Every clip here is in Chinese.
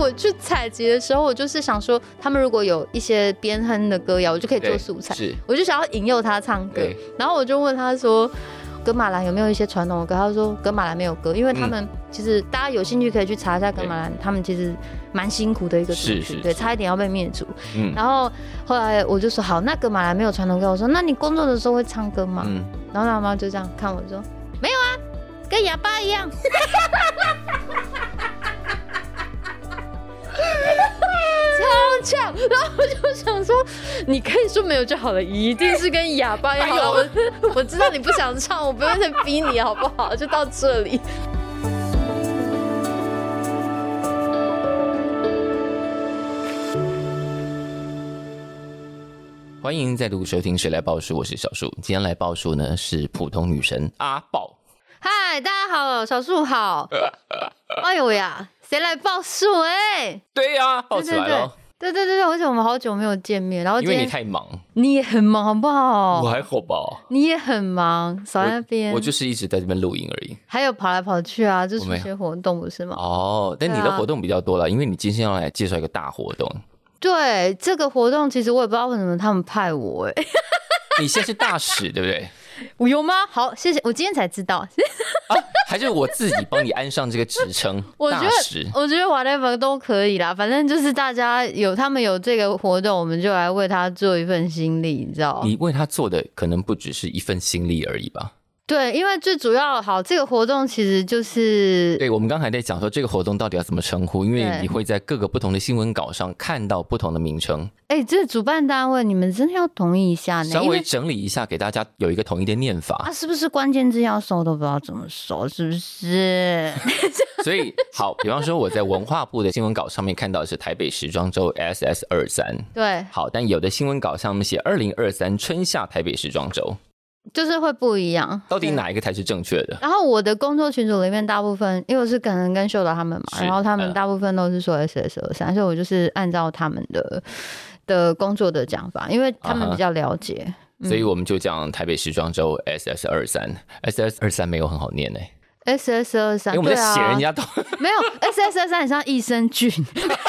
我去采集的时候，我就是想说，他们如果有一些边哼的歌谣，我就可以做素材。我就想要引诱他唱歌，然后我就问他说，噶玛兰有没有一些传统的歌？他说噶玛兰没有歌，因为他们其实大家有兴趣可以去查一下噶玛兰，他们其实蛮辛苦的一个族群，对，差一点要被灭族。然后后来我就说好，那噶玛兰没有传统歌，我说那你工作的时候会唱歌吗？然后他妈就这样看我说没有啊，跟哑巴一样。超呛，然后我就想说，你可以说没有就好了，一定是跟哑巴一样。好了，我知道你不想唱，我不用再逼你，好不好？就到这里。 欢迎再度收听《谁来报数》，我是小树。今天来报数呢是普通女神阿豹。 嗨，大家好，小树好。哎呦呀，谁来报数？ 对呀，报起来了。 对，而且我们好久没有见面，然后因为你太忙， 你也很忙，好不好？ 我还好吧？ 你也很忙，少在那边。 我就是一直在这边录音而已， 还有跑来跑去啊，就出些活动不是吗？ 哦，但你的活动比较多了，因为你今天要来介绍一个大活动。 对，这个活动其实我也不知道为什么他们派我你现在是大使对不对？ 我有吗？好，谢谢，我今天才知道。 还是我自己帮你安上这个职称大使？ 我觉得 whatever 都可以啦，反正就是大家他们有这个活动，我们就来为他做一份心力，你知道？ 你为他做的可能不只是一份心力而已吧？ 对，因为最主要这个活动其实就是对，我们刚才在讲说这个活动到底要怎么称呼，因为你会在各个不同的新闻稿上看到不同的名称。 这主办单位你们真的要同意一下呢， 稍微整理一下给大家有一个统一的念法。 是不是关键字要搜都不知道怎么搜，是不是？ 所以好，比方说我在文化部的新闻稿上面看到的是台北时装周 SS23， 对， 好，但有的新闻稿上面写2023春夏台北时装周。 就是会不一样， 到底哪一个才是正确的？ 然后我的工作群组里面大部分，因为我是可能跟秀导他们嘛，然后他们大部分都是说 SS23，所以我就是按照他们的工作的讲法，因为他们比较了解， 所以我们就讲台北时装周 SS23 没有很好念 SS23， 因为我们在写人家都没有 SS23 很像益生菌，被骂。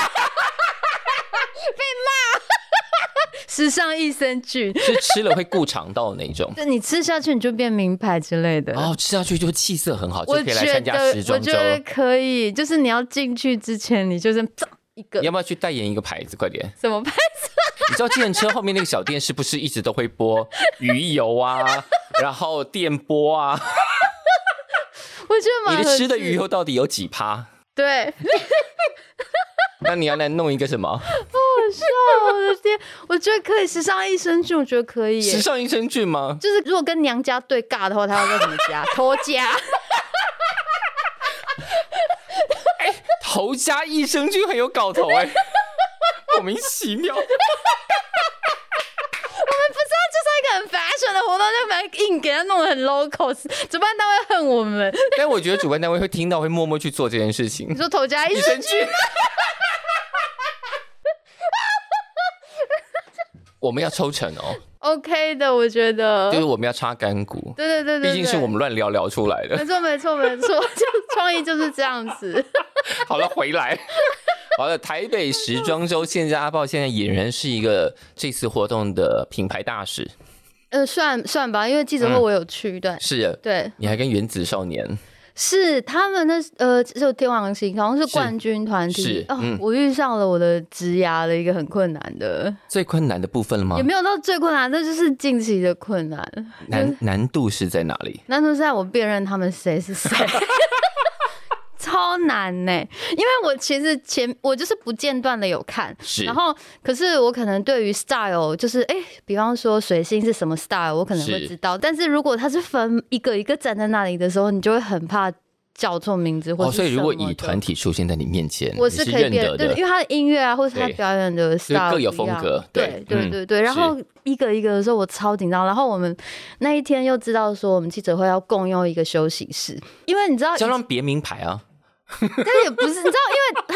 时尚益生菌是吃了会顾肠道的那种， 就你吃下去你就变名牌之类的， 吃下去就气色很好，就可以来参加时装周。 我觉得可以，就是你要进去之前你就是一个， 你要不要去代言一个牌子？快点， 什么牌子？ 你知道计程车后面那个小店是不是一直都会播鱼油啊，然后电波啊？ 我觉得你的吃的鱼油到底有几%？ 对。 那你要来弄一个什么？好好笑，我的天！我觉得可以，时尚益生菌，我觉得可以。 时尚益生菌吗？ 就是如果跟娘家对尬的话，他要怎么加？头加。 头加益生菌很有搞头莫名其妙。 我们不知道，就是一个很 fashion 的活动，就把硬给他弄得很 local， 主办单位恨我们。 但我觉得主办单位会听到，会默默去做这件事情。 你说头加益生菌？ 我们要抽成 OK 的，我觉得就是我们要插干股。 对，毕竟是我们乱聊出来的。 没错，就创意就是这样子。 好了，回来。好了，台北时装周，现在阿豹现在俨然是一个这次活动的品牌大使。 算吧，因为记者会我有去，对， 是，对，你还跟原子少年。 是他们的就天王星好像是冠军团体我遇上了我的职涯的一个很困难的最困难的部分了吗？ 也没有到最困难，这就是近期的困难。 难度是在哪里？ 难度是在我辨认他们谁是谁。超难呢，因为我其实我就是不间断的有看，然后可是我可能对于 style 就是比方说水星是什么 style 我可能会知道，但是如果它是分一个一个站在那里的时候，你就会很怕叫错名字或是所以如果以团体出现在你面前， 我是可以辨认的，因为他的音乐啊或是他表演的 style 各有风格， 对，然后一个一个的时候我超紧张，然后我们那一天又知道说我们记者会要共用一个休息室，因为你知道就让别名牌啊。 但也不是，你知道，因为他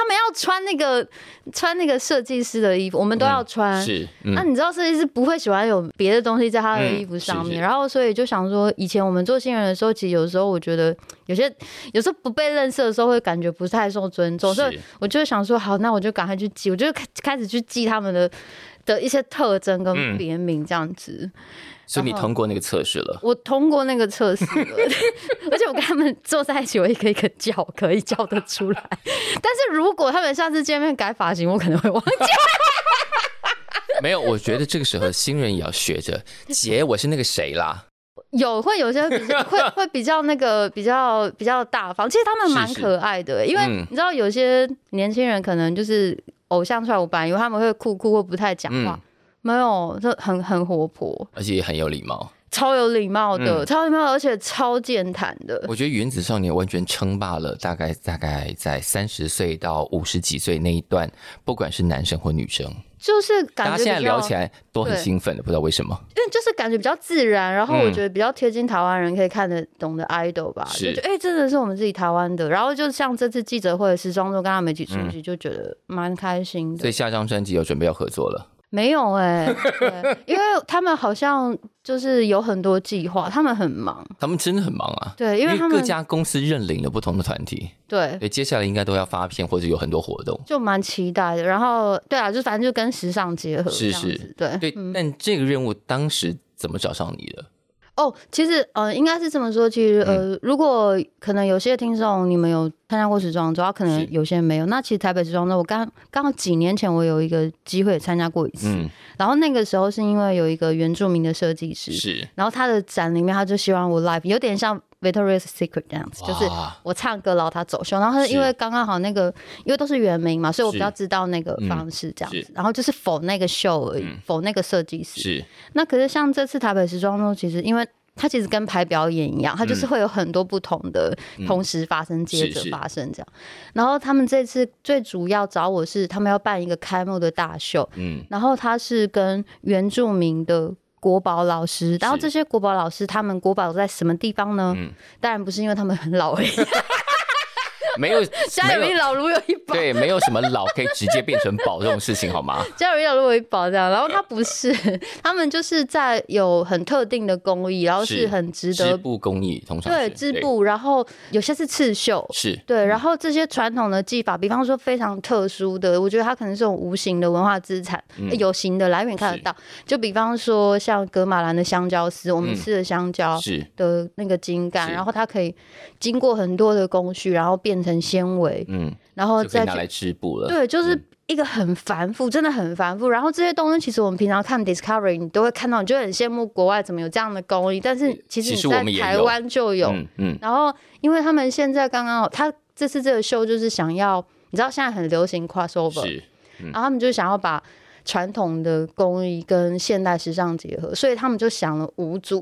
们要穿那个设计师的衣服，我们都要穿。 是， 那你知道设计师不会喜欢有别的东西在他的衣服上面，然后所以就想说，以前我们做新人的时候，其实有时候我觉得有时候不被认识的时候，会感觉不太受尊重，所以我就想说，好，那我就赶快去记，我就开始去记他们的一些特征跟别名这样子。 所以你通过那个测试了？ 我通过那个测试了，而且我跟他们坐在一起，我一个一个叫，可以叫得出来。但是如果他们下次见面改发型，我可能会忘记。 没有，我觉得这个时候新人也要学着，姐，我是那个谁啦。 会有些会比较那个比较大方，其实他们蛮可爱的，因为你知道有些年轻人可能就是偶像出来舞班，因为他们会酷或不太讲话。没有，就很活泼， 而且也很有礼貌， 超有礼貌的，超有礼貌，而且超健谈的。 我觉得原子少年完全称霸了，大概在30岁到50几岁那一段，不管是男生或女生， 就是感觉大家现在聊起来都很兴奋的，不知道为什么， 因为就是感觉比较自然，然后我觉得比较贴近台湾人可以看得懂的 idol 吧，就觉得真的是我们自己台湾的。然后就像这次记者会的时装周跟他们一起出席，就觉得蛮开心的。 所以下张专辑有准备要合作了？ 没有对，因为他们好像就是有很多计划，他们很忙， 他们真的很忙啊。 对，因为他们各家公司认领了不同的团体， 对， 接下来应该都要发片或者有很多活动， 就蛮期待的。然后对啊，就反正就跟时尚结合，是，对。 但这个任务当时怎么找上你的？ 其实应该是这么说。其实如果可能有些听众你们有参加过时装周，可能有些人没有。那其实台北时装周，我刚好几年前我有一个机会参加过一次，然后那个时候是因为有一个原住民的设计师，是，然后他的展里面他就希望我 live 有点像 Victoria's Secret 这样子，就是我唱歌然后他走秀，然后因为刚刚好那个因为都是原名嘛，所以我比较知道那个方式这样子，然后就是否那个秀而已，否那个设计师。是，那可是像这次台北时装周，其实因为它其实跟排表演一样，它就是会有很多不同的同时发生，接着发生这样。然后他们这次最主要找我是，他们要办一个开幕的大秀，然后他是跟原住民的国宝老师，然后这些国宝老师他们国宝在什么地方呢？当然不是因为他们很老而已。 没有， 家有一老如有一宝。 对，没有什么老可以直接变成宝这种事情，好吗？ 家有一老如有一宝这样，然后他不是，他们就是在有很特定的工艺，然后是很值得织布工艺，通常对织布，然后有些是刺绣， 是对，然后这些传统的技法，比方说非常特殊的，我觉得它可能是种无形的文化资产，有形的来源看得到，就比方说像格马兰的香蕉丝，我们吃的香蕉的那个茎干，然后它可以经过很多的工序，然后变成纤维，然后再拿来织布了。 对，就是一个很繁复，真的很繁复。然后这些东西其实我们平常看 Discovery 你都会看到，你就很羡慕国外怎么有这样的工艺，但是其实你在台湾就有。然后因为他们现在刚刚好，他这次这个秀就是想要，你知道现在很流行 crossover，然后他们就想要把传统的工艺跟现代时尚结合，所以他们就想了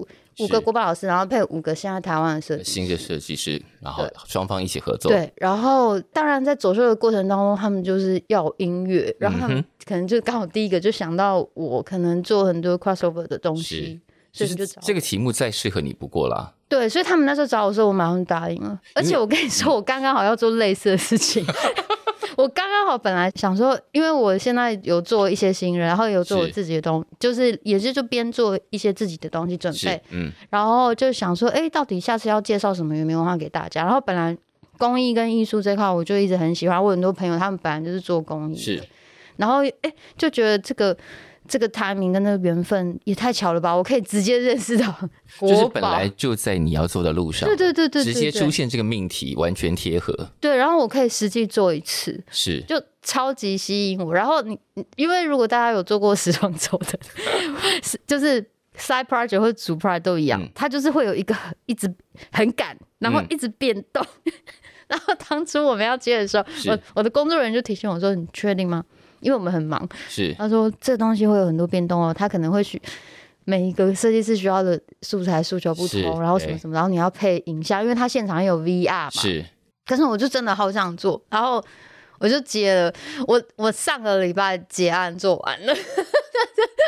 5个国宝老师，然后配5个现在台湾的设计师， 新的设计师，然后双方一起合作。 对，然后当然在走秀的过程当中，他们就是要有音乐，然后他们可能就刚好第一个就想到我可能做很多 crossover 的东西，所以就找这个题目再适合你不过啦。 对，所以他们那时候找我说，我马上答应了。而且我跟你说，我刚刚好要做类似的事情。我刚刚好本来想说，因为我现在有做一些新人，然后有做我自己的东西，就是也是就边做一些自己的东西准备，然后就想说，到底下次要介绍什么原民文化给大家？然后本来工艺跟艺术这块，我就一直很喜欢。我很多朋友他们本来就是做工艺的，然后就觉得这个 timing 跟那个缘分也太巧了吧！我可以直接认识到国宝， 就是本来就在你要做的路上， 对， 直接出现这个命题，完全贴合。 对，然后我可以实际做一次， 是就超级吸引我。然后因为如果大家有做过时装周的，就是 side project 或者主 project 都一样，它就是会有一个一直很赶，然后一直变动。然后当初我们要接的时候，我的工作人员就提醒我说：“你确定吗？”因为我们很忙，他说这东西会有很多变动哦，他可能会每一个设计师需要的素材诉求不同，然后什么什么，然后你要配影像，因为他现场有 VR 嘛。是，可是我就真的好想做，然后我就接了，我上个礼拜结案做完了，就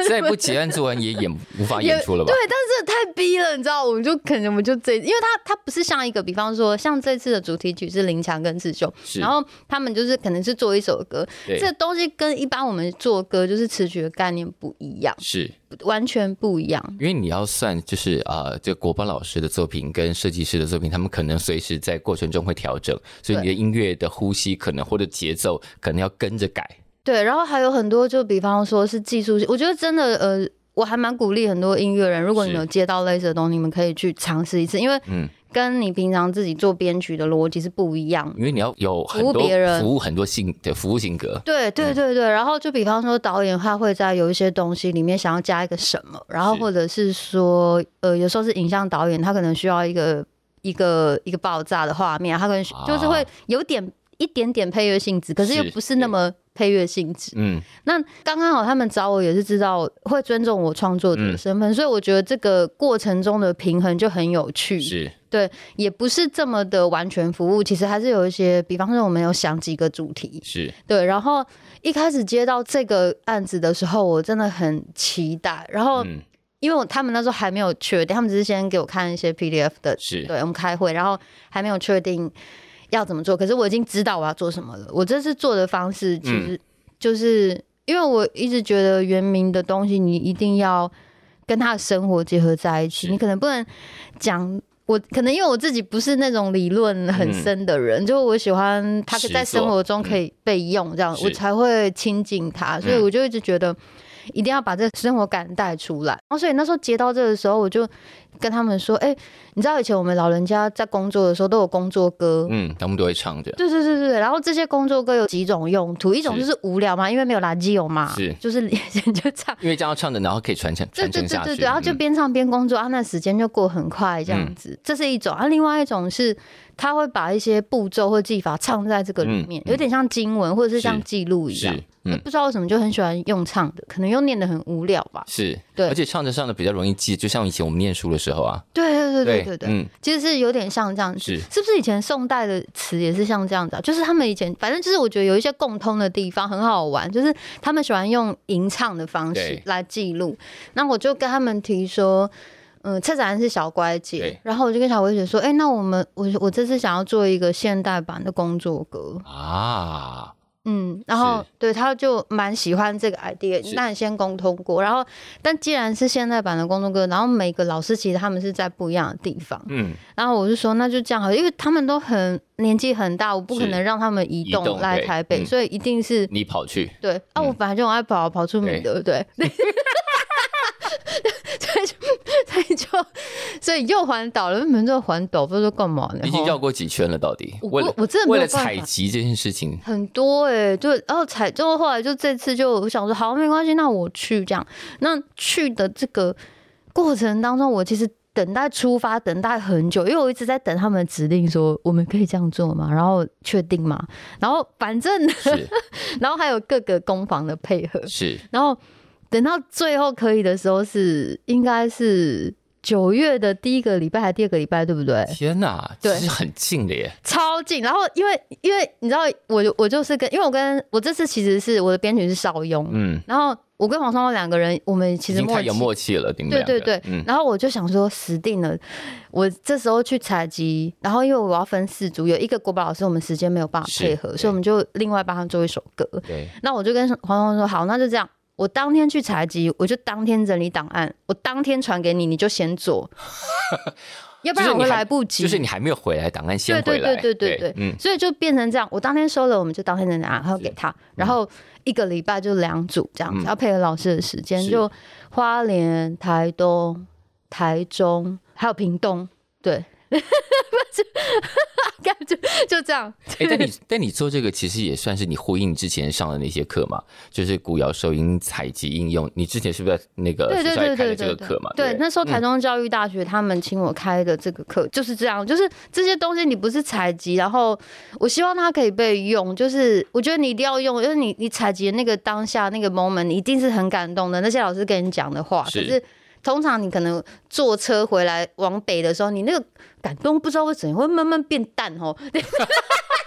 再不结案做完也无法演出了吧？ 对，但是太逼了，你知道，我们就因为他不是像一个，比方说像这次的主题曲是林强跟志雄，然后他们就是可能是做一首歌，这东西跟一般我们做歌就是词曲的概念不一样， 是完全不一样。 因为你要算就是这国宝老师的作品跟设计师的作品，他们可能随时在过程中会调整，所以你的音乐的呼吸可能或者节奏可能要跟着改。对， 然后还有很多，就比方说是技术性，我觉得真的我还蛮鼓励很多音乐人，如果你们有接到类似的东西，你们可以去尝试一次，因为跟你平常自己做编曲的逻辑是不一样的， 因为你要有很多服务很多服务性格。对， 然后就比方说导演他会在有一些东西里面想要加一个什么，然后或者是说有时候是影像导演他可能需要一个爆炸的画面，他可能就是会有一点点配乐性质，可是又不是那么配乐性质。那刚刚好他们找我也是知道会尊重我创作者的身份，所以我觉得这个过程中的平衡就很有趣。 是， 对，也不是这么的完全服务，其实还是有一些，比方说我们有想几个主题， 是对。 然后一开始接到这个案子的时候，我真的很期待。然后因为他们那时候还没有确定，他们只是先给我看一些 PDF 的，对，我们开会，然后还没有确定要怎么做，可是我已经知道我要做什么了。我这次做的方式其实就是因为我一直觉得原民的东西你一定要跟他的生活结合在一起，你可能不能讲，我可能因为我自己不是那种理论很深的人，就我喜欢他在生活中可以被用，这样我才会亲近他，所以我就一直觉得一定要把这个生活感带出来。然后所以那时候接到这个的时候，我就跟他们说，你知道以前我们老人家在工作的时候都有工作歌， 他们都会唱着。 对，然后这些工作歌有几种用途，一种就是无聊嘛，因为没有垃圾油嘛，就是就唱， 因为这样唱的，然后可以传承下去。 对，然后就边唱边工作，那时间就过很快这样子，这是一种。另外一种是他会把一些步骤或技法唱在这个里面，有点像经文或者是像记录一样。不知道为什么就很喜欢用唱的，可能又念得很无聊吧。 是，对，而且唱着比较容易记，就像以前我们念书的时候啊。 对，其实是有点像这样子。是不是以前宋代的词也是像这样子啊？就是他们以前反正就是我觉得有一些共通的地方很好玩，就是他们喜欢用吟唱的方式来记录。那我就跟他们提说，策展人是小乖姐，然后我就跟小乖姐说，那我这次想要做一个现代版的工作歌啊。然后对，他就蛮喜欢这个 idea， 那你先沟通过，然后但既然是现代版的工作歌，然后每个老师其实他们是在不一样的地方，然后我就说那就这样好，因为他们都年纪很大，我不可能让他们移动来台北，所以一定是你跑去。 对我本来就很爱跑出名的，对。所以又环岛了，你们这环岛不知道干嘛呢？ 已经绕过几圈了，到底？ 我真的为了采集这件事情很多对，然后就后来就这次就我想说好没关系，那我去这样。那去的这个过程当中，我其实等待出发等待很久，因为我一直在等他们指令说我们可以这样做吗？然后确定吗？然后反正然后还有各个工坊的配合，然后等到最后可以的时候应该是9月的第1个礼拜还第2个礼拜，对不对？ 天哪，其实很近的耶， 超近。然后因为你知道，我就是因为我这次其实是我的编曲是邵雍，然后我跟黄双龙2个人，我们其实太有默契了，对， 然后我就想说死定了，我这时候去采集，然后因为我要分4组，有一个国宝老师我们时间没有办法配合，所以我们就另外帮他做一首歌。对，那我就跟黄双龙说好，那就这样。我当天去采集，我就当天整理档案，我当天传给你，你就先做，要不然我会来不及。 就是你还没有回来，档案先回来。 对，所以就变成这样。我当天收了，我们就当天整理档案，然后给他，然后1个礼拜就2组这样子，要配合老师的时间，就花莲、台东、台中还有屏东，对。就这样。 但你做这个其实也算是你呼应之前上的那些课嘛，就是古谣收音采集应用。你之前是不是在那个学校也开的这个课嘛？ 对，那时候台中教育大学他们请我开的这个课就是这样，就是这些东西你不是采集，然后我希望它可以被用，就是我觉得你一定要用，因为你采集的那个当下那个 moment， 你一定是很感动的。那些老师跟你讲的话，可是通常你可能坐车回来往北的时候，你那个感动不知道为什么会慢慢变淡哦。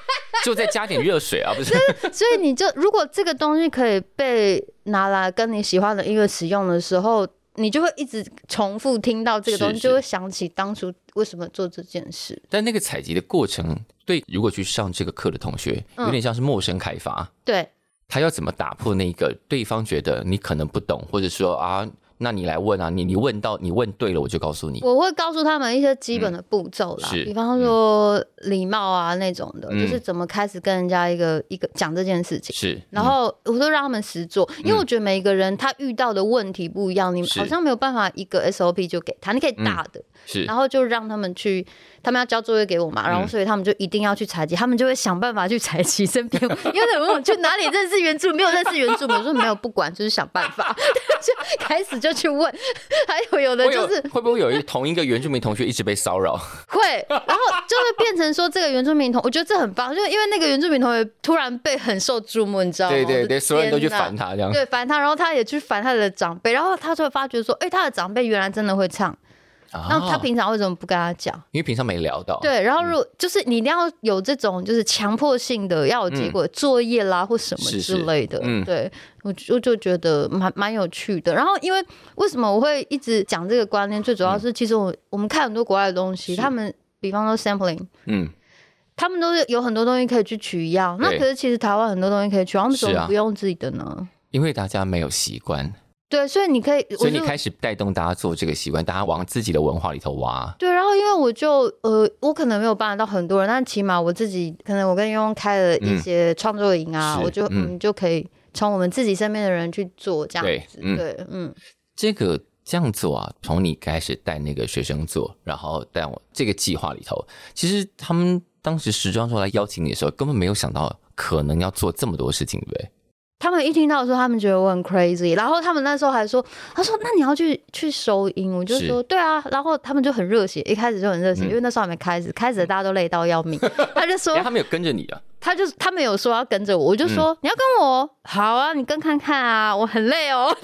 就再加点热水啊，不是？ 所以你就如果这个东西可以被拿来跟你喜欢的音乐使用的时候，你就会一直重复听到这个东西，就会想起当初为什么做这件事。 但那个采集的过程，对如果去上这个课的同学，有点像是陌生开发。 对， 他要怎么打破那个对方觉得你可能不懂，或者说啊，那你来问啊，你问对了，我就告诉你。 我会告诉他们一些基本的步骤啦，比方说礼貌啊那种的，就是怎么开始跟人家一个讲这件事情。 是， 然后我都让他们实做，因为我觉得每一个人他遇到的问题不一样，你好像没有办法一个 SOP 就给他，你可以大的， 是， 然后就让他们去。他们要交作业给我嘛，然后所以他们就一定要去采集，他们就会想办法去采集身边，因为他们问我去哪里认识原住民，没有认识原住民，我说没有，不管，就是想办法，就开始就去问。还有的就是会不会有同一个原住民同学一直被骚扰？ 会，然后就会变成说这个原住民我觉得这很棒，就因为那个原住民同学突然被很受注目，你知道吗？ 对，所有人都去烦他这样。 对，烦他，然后他也去烦他的长辈，然后他就会发觉说，他的长辈原来真的会唱。那他平常为什么不跟他讲？ 因为平常没聊到。 对，然后就是你一定要有这种就是强迫性的要有结果作业啦或什么之类的。对，我就觉得蛮有趣的。然后因为什么我会一直讲这个观念，最主要是其实我们看很多国外的东西，他们比方说 sampling，他们都是有很多东西可以去取样。那可是其实台湾很多东西可以取样，为什么不用自己的呢？ 因为大家没有习惯。 对，所以你可以， 所以你开始带动大家做这个习惯，大家往自己的文化里头挖。 对，然后因为我可能没有帮得到很多人，但起码我自己可能我跟庸开了一些创作营啊，我就可以从我们自己身边的人去做这样子。对， 这样做啊，从你开始带那个学生做，然后带我这个计划里头，其实他们当时时装周来邀请你的时候，根本没有想到可能要做这么多事情，对不对？ 他们一听到的时候，他们觉得我很 crazy， 然后他们那时候还说，他说那你要去收音，我就说对啊，然后他们就很热血，一开始就很热血，因为那时候还没开始大家都累到要命，他就说他们有跟着你啊， 他们有说要跟着我，我就说你要跟我，好啊，你跟看看啊，我很累哦，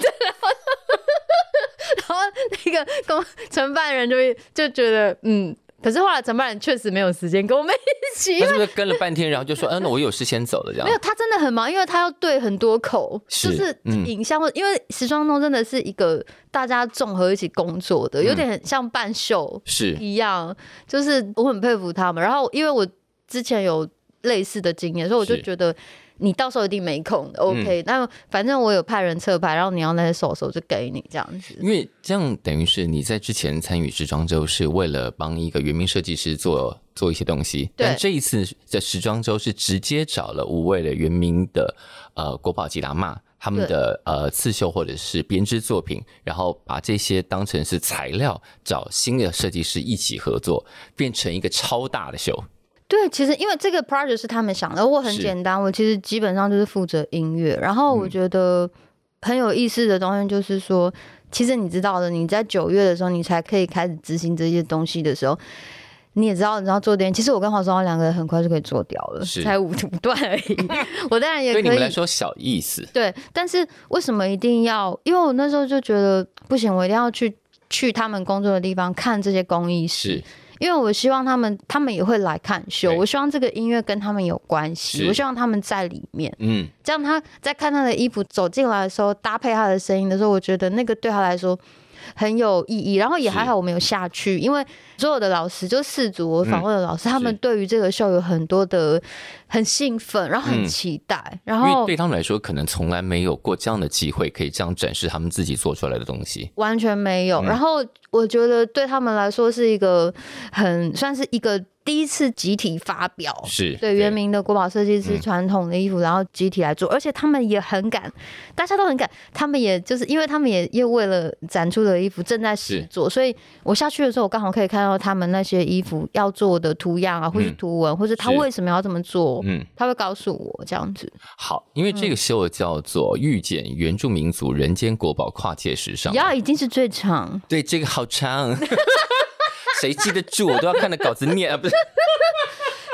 然后那个承办人就觉得可是后来承办人确实没有时间跟我们一起， 他是不是跟了半天，然后就说那我有事先走了这样？ 没有，他真的很忙，因为他要对很多口，就是影像因为时装周真的是一个大家综合一起工作的，有点像办秀一样，就是我很佩服他们。然后因为我之前有类似的经验，所以我就觉得你到时候一定没空的 ，OK？那反正我有派人侧拍，然后你要那些手就给你这样子。 因为这样等于是你在之前参与时装周是为了帮一个原民设计师做一些东西，但这一次的时装周是直接找了5位的原民的国宝吉拉玛他们的刺绣或者是编织作品，然后把这些当成是材料，找新的设计师一起合作，变成一个超大的秀。 对，其实因为这个 project 是他们想的，我很简单，我其实基本上就是负责音乐，然后我觉得很有意思的东西就是说，其实你知道的，你在9月的时候你才可以开始执行这些东西的时候，你也知道做点，其实我跟黄双2个人很快就可以做掉了，才5段而已。我当然也可以， 对你们来说小意思。 对，但是为什么一定要？因为我那时候就觉得不行，我一定要去他们工作的地方看这些工艺师。因为我希望他们也会来看秀，我希望这个音乐跟他们有关系，我希望他们在里面，这样他在看他的衣服走进来的时候，搭配他的声音的时候，我觉得那个对他来说很有意义。然后也还好我们有下去，因为所有的老师就4组我访问的老师，他们对于这个秀有很多的很兴奋，然后很期待，然后因为对他们来说可能从来没有过这样的机会可以这样展示他们自己做出来的东西， 完全没有。然后我觉得对他们来说是一个算是一个第一次集体发表， 是对原民的国宝设计师传统的衣服，然后集体来做，而且他们也很敢，大家都很敢，他们也就是因为他们也为了展出的衣服正在实做，所以我下去的时候，我刚好可以看到他们那些衣服要做的图样啊，或是图文，或是他为什么要这么做，他会告诉我这样子。 好，因为这个秀叫做遇见原住民族人间国宝跨界时尚， 已经是最长， 对，这个好长。谁记得住？我都要看着稿子念啊！不是，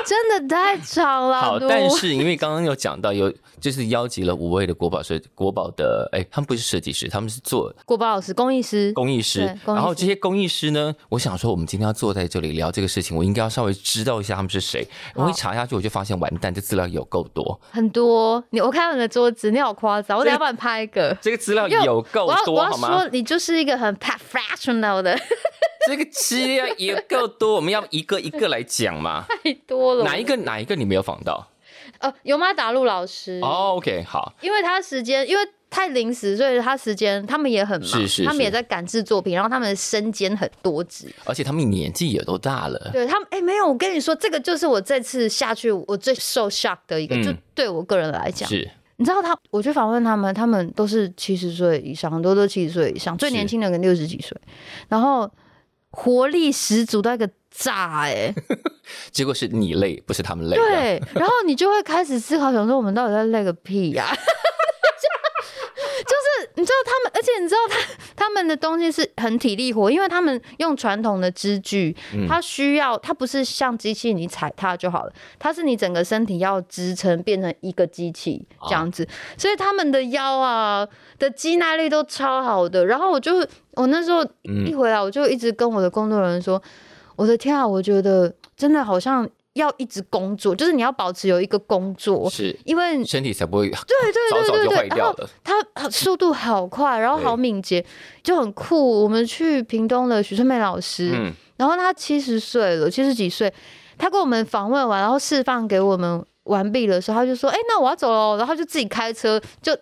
真的太长了。 好，但是因为刚刚有讲到就是邀集了5位的国宝的，他们不是设计师，他们是做国宝老师、工艺师。 然后这些工艺师呢，我想说我们今天要坐在这里聊这个事情，我应该要稍微知道一下他们是谁。我一查下去，我就发现完蛋，这资料有够多， 很多。我看到你的桌子，你好夸张，我等一下帮你拍一个。 这个资料有够多，好吗？ 我要说你就是一个很 professional 的。 这个资料也够多，我们要一个一个来讲嘛。 太多了。 哪一个你没有访到？ 油麻达路老师。 OK， 好。 因为他时间太临时，所以他时间他们也很忙，他们也在赶制作品，然后他们的身兼很多职， 而且他们年纪也都大了。 对他们，没有，我跟你说，这个就是我这次下去我最受 shock 的一个，就对我个人来讲是。 你知道我去访问他们都是70岁以上，很多都70岁以上，最年轻的跟60几岁，然后活力十足到一个炸结果是你累，不是他们累。 对，然后你就会开始思考，想说我们到底在累个屁呀、就是你知道他们，而且你知道他们的东西是很体力活，因为他们用传统的支具，它不是像机器你踩它就好了，它是你整个身体要支撑变成一个机器这样子，所以他们的腰啊的肌耐力都超好的。然后我那时候一回来，我就一直跟我的工作人员说，我的天啊，我觉得真的好像要一直工作，就是你要保持有一个工作， 是因为身体才不会早就坏掉了。 它速度好快，然后好敏捷，就很酷。我们去屏东的许春梅老师，然后他70岁了，70几岁，他跟我们访问完，然后示范给我们完毕的时候，他就说：“那我要走了。”然后就自己开车，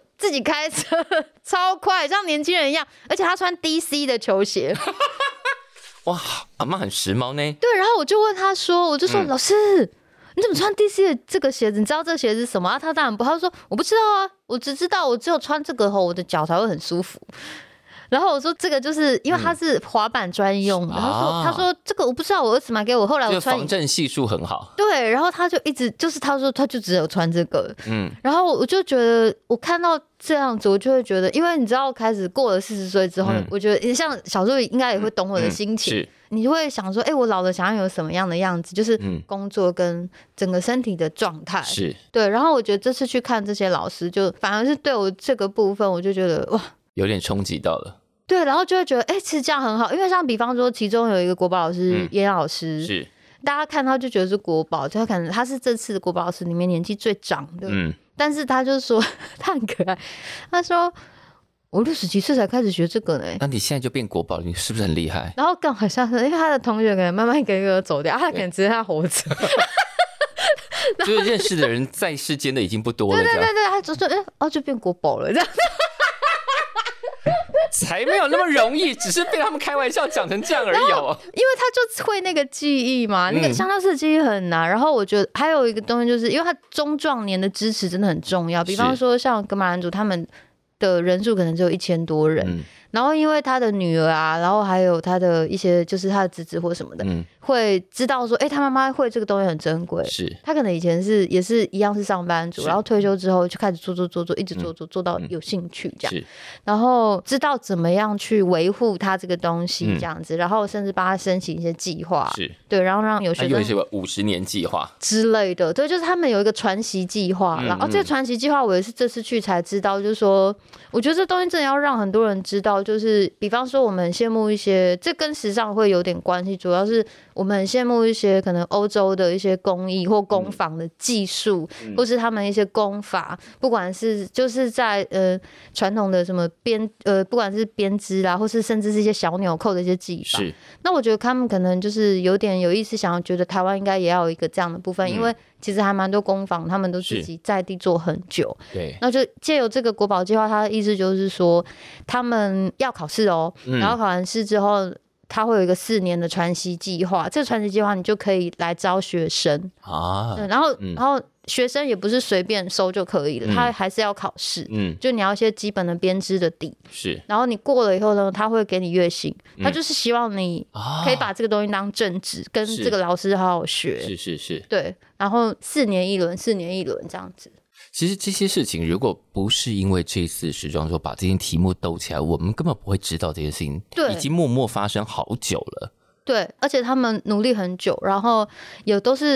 超快，像年轻人一样，而且他穿 DC 的球鞋。 哇，阿嬷很时髦呢。 对，然后我就问他说，老师，你怎么穿 DC 的这个鞋子？你知道这个鞋子是什么？他当然不，他说我不知道啊，我只知道我只有穿这个后，我的脚才会很舒服。然后我说这个就是因为它是滑板专用的，他说这个我不知道，我儿子买给我，后来我穿， 防震系数很好。 对，然后他就一直就是他说他就只有穿这个，然后我就觉得我看到这样子，我就会觉得，因为你知道开始过了40岁之后，我觉得像小树应该也会懂我的心情，你就会想说，我老了想要有什么样的样子，就是工作跟整个身体的状态， 是对。然后我觉得这次去看这些老师，就反而是对我这个部分，我就觉得哇。 有点冲击到了， 对，然后就会觉得，其实这样很好，因为像比方说，其中有一个国宝老师，严老师， 是大家看他就觉得是国宝，就可能他是这次的国宝老师里面年纪最长的，但是他就说他很可爱，他说我60几岁才开始学这个呢， 那你现在就变国宝，你是不是很厉害？ 然后刚好像是因为他的同学可能慢慢一个一个走掉，他可能只是他活着。 就是认识的人在世间的已经不多了，对， 他就说就变国宝了这样。 才没有那么容易，只是被他们开玩笑讲成这样而已。因为他就会那个记忆嘛，那个相当式的记忆很难。然后我觉得还有一个东西，就是因为他中壮年的支持真的很重要。比方说像噶玛兰族，他们的人数可能只有1000多人，然后因为他的女儿啊，然后还有他的一些就是他的侄子或什么的，会知道说，他妈妈会这个东西很珍贵。 是他可能以前也是一样是上班族，然后退休之后就开始做，一直做到有兴趣这样，然后知道怎么样去维护他这个东西这样子，然后甚至帮他申请一些计划，对，然后让有学生有一些50年计划之类的，对，就是他们有一个传习计划，然后这个传习计划我也是这次去才知道，就是说我觉得这东西真的要让很多人知道，就是比方说我们很羡慕一些，这跟时尚会有点关系，主要是我们很羡慕一些可能欧洲的一些工艺或工坊的技术，或是他们一些工法，不管是就是在传统的什么不管是编织啦，或是甚至是一些小纽扣的一些技法。那我觉得他们可能就是有点有意思，想要觉得台湾应该也要有一个这样的部分，因为其实还蛮多工坊，他们都自己在地做很久。 对， 那就借由这个国宝计划，它的意思就是说，他们要考试哦，然后考完试之后，他会有一个4年的传习计划。这个传习计划，你就可以来招学生啊。对，然后学生也不是随便收就可以了，他还是要考试。就你要一些基本的编织的底。是，然后你过了以后呢，他会给你月薪。他就是希望你可以把这个东西当正职，跟这个老师好好学。是。对，然后4年1轮，4年1轮这样子。 其实这些事情，如果不是因为这次时装周把这些题目兜起来，我们根本不会知道这件事情已经默默发生好久了。 对，而且他们努力很久，然后也都是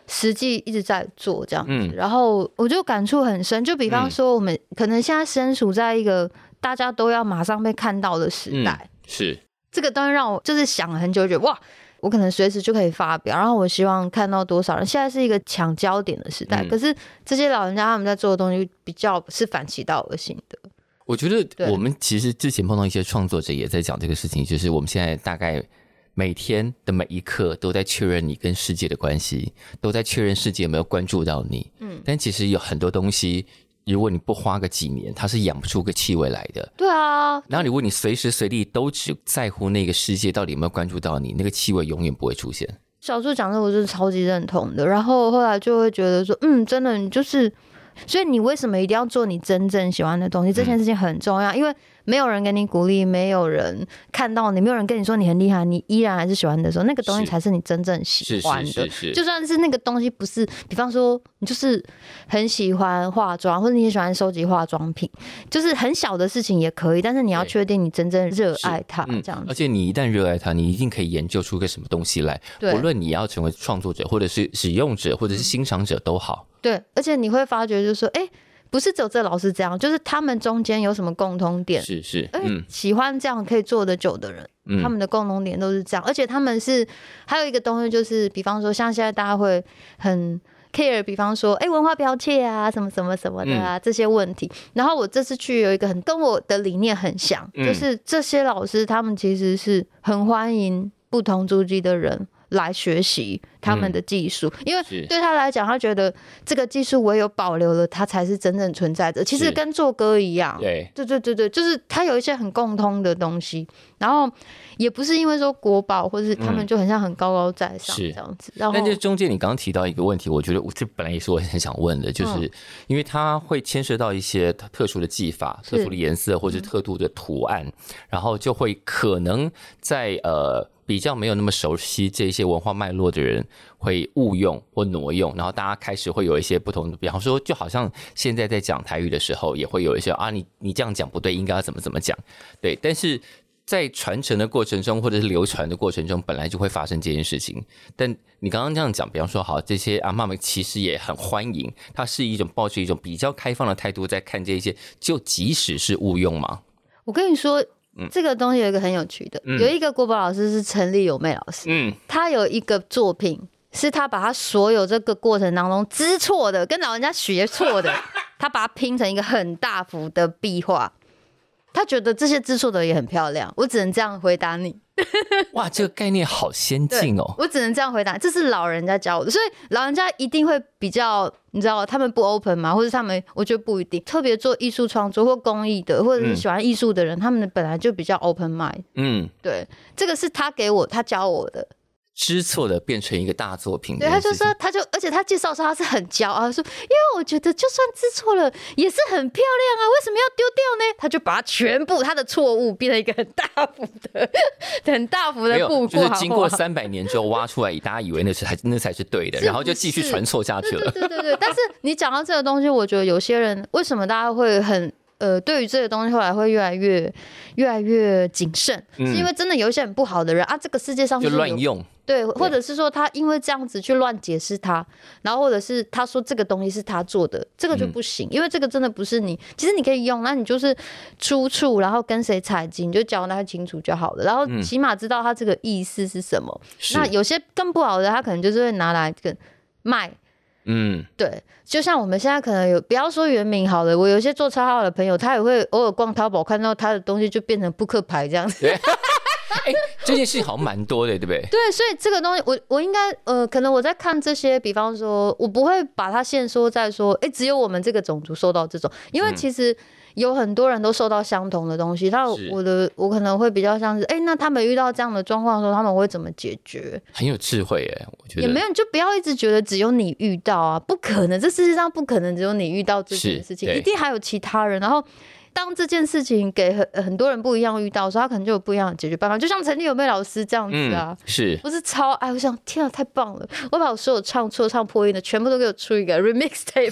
实际一直在做这样子，然后我就感触很深。就比方说，我们可能现在身处在一个大家都要马上被看到的时代， 是这个东西让我就是想了很久，觉得哇，我可能随时就可以发表，然后我希望看到多少人。现在是一个抢焦点的时代，可是这些老人家他们在做的东西比较是反其道而行的。 我觉得我们其实之前碰到一些创作者也在讲这个事情，就是我们现在大概每天的每一刻都在确认你跟世界的关系，都在确认世界有没有关注到你。但其实有很多东西，如果你不花个几年，它是养不出个气味来的。 对啊， 然后如果你随时随地都只在乎那个世界到底有没有关注到你，那个气味永远不会出现。 小树讲的我是超级认同的，然后后来就会觉得说，真的你就是，所以你为什么一定要做你真正喜欢的东西？这件事情很重要，因为没有人给你鼓励，没有人看到你，没有人跟你说你很厉害，你依然还是喜欢的时候，那个东西才是你真正喜欢的。就算是那个东西不是，比方说你就是很喜欢化妆，或者你喜欢收集化妆品，就是很小的事情也可以，但是你要确定你真正热爱它，这样子。 而且你一旦热爱它，你一定可以研究出个什么东西来。无论你要成为创作者，或者是使用者，或者是欣赏者都好。 对，而且你会发觉就是说，不是只有这老师这样，就是他们中间有什么共同点？ 是， 喜欢这样可以做得久的人，他们的共同点都是这样，而且他们是还有一个东西，就是比方说，像现在大家会很 care， 比方说，文化剽窃啊，什么什么什么的啊，这些问题。然后我这次去有一个跟我的理念很像，就是这些老师他们其实是很欢迎不同族籍的人来学习他们的技术，因为对他来讲，他觉得这个技术唯有保留了，它才是真正存在的。其实跟做歌一样，对，就是它有一些很共通的东西。然后也不是因为说国宝或是他们就很像很高高在上这样子。 但这中间你刚刚提到一个问题，我觉得这本来也是我很想问的，就是因为它会牵涉到一些特殊的技法、特殊的颜色或者特殊的图案，然后就会可能在比较没有那么熟悉这些文化脉络的人会误用或挪用，然后大家开始会有一些不同的，比方说就好像现在在讲台语的时候也会有一些你这样讲不对，应该要怎么讲，对，但是在传承的过程中或者是流传的过程中本来就会发生这件事情。但你刚刚这样讲，比方说好，这些阿嬷们其实也很欢迎，它是一种抱着一种比较开放的态度在看这些，就即使是误用吗？ 我跟你说这个东西有一个很有趣的，有一个国宝老师是陈立友妹老师，他有一个作品是他把他所有这个过程当中知错的跟老人家学错的他把它拼成一个很大幅的壁画，他觉得这些知错的也很漂亮。我只能这样回答你。 哇，这个概念好先进哦！ 我只能这样回答，这是老人家教我的，所以老人家一定会比较，你知道他们不 open 吗？或者他们，我觉得不一定。特别做艺术创作或公益的，或者是喜欢艺术的人，他们本来就比较 open mind。对，这个是他给我，他教我的。 知错的变成一个大作品， 对，他就说，而且他介绍说他是很骄傲，说因为我觉得就算知错了也是很漂亮啊，为什么要丢掉呢？他就把他全部他的错误变成一个很大幅的布画， 就是经过300年之后挖出来，大家以为那才是对的，然后就继续传错下去了。 对。但是你讲到这个东西，我觉得有些人为什么大家会很对于这个东西后来会越来越谨慎，是因为真的有一些很不好的人啊，这个世界上就乱用。 对，或者是说他因为这样子去乱解释他，然后或者是他说这个东西是他做的，这个就不行，因为这个真的不是你，其实你可以用，那你就是出处，然后跟谁采集，你就交代清楚就好了，然后起码知道他这个意思是什么。那有些更不好的，他可能就是会拿来卖。对，就像我们现在可能不要说原名好了，我有些做超好的朋友，他也会偶尔逛淘宝看到他的东西就变成扑克牌这样子。 这件事好像蛮多的，对不对？ 对，所以这个东西我应该可能我在看这些，比方说我不会把它限缩在说只有我们这个种族受到这种，因为其实有很多人都受到相同的东西。那我可能会比较像是那他们遇到这样的状况的时候，他们会怎么解决？很有智慧耶，我觉得也没有，你就不要一直觉得只有你遇到啊，不可能，这世界上不可能只有你遇到这件事情，一定还有其他人。然后当这件事情给很多人不一样遇到的时候，他可能就有不一样的解决办法。就像陈立友妹老师这样子啊， 是我是超爱，我想天啊，太棒了！我把我所有唱错、唱破音的全部都给我出一个 remix tape。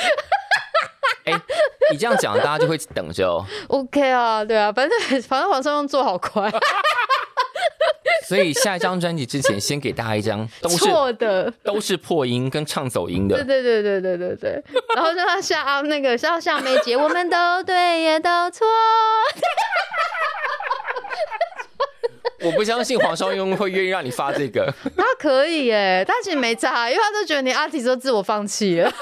你这样讲，大家就会等着哦。 OK 啊，对啊，反正网上用做好快。 所以下一张专辑之前，先给大家一张错的， 都是破音跟唱走音的。 对。然后就要像梅姐，我们都对也都错。 我不相信黄韶雍会愿意让你发这个。 他可以耶，他其实没差，因为他都觉得你artist都自我放弃了。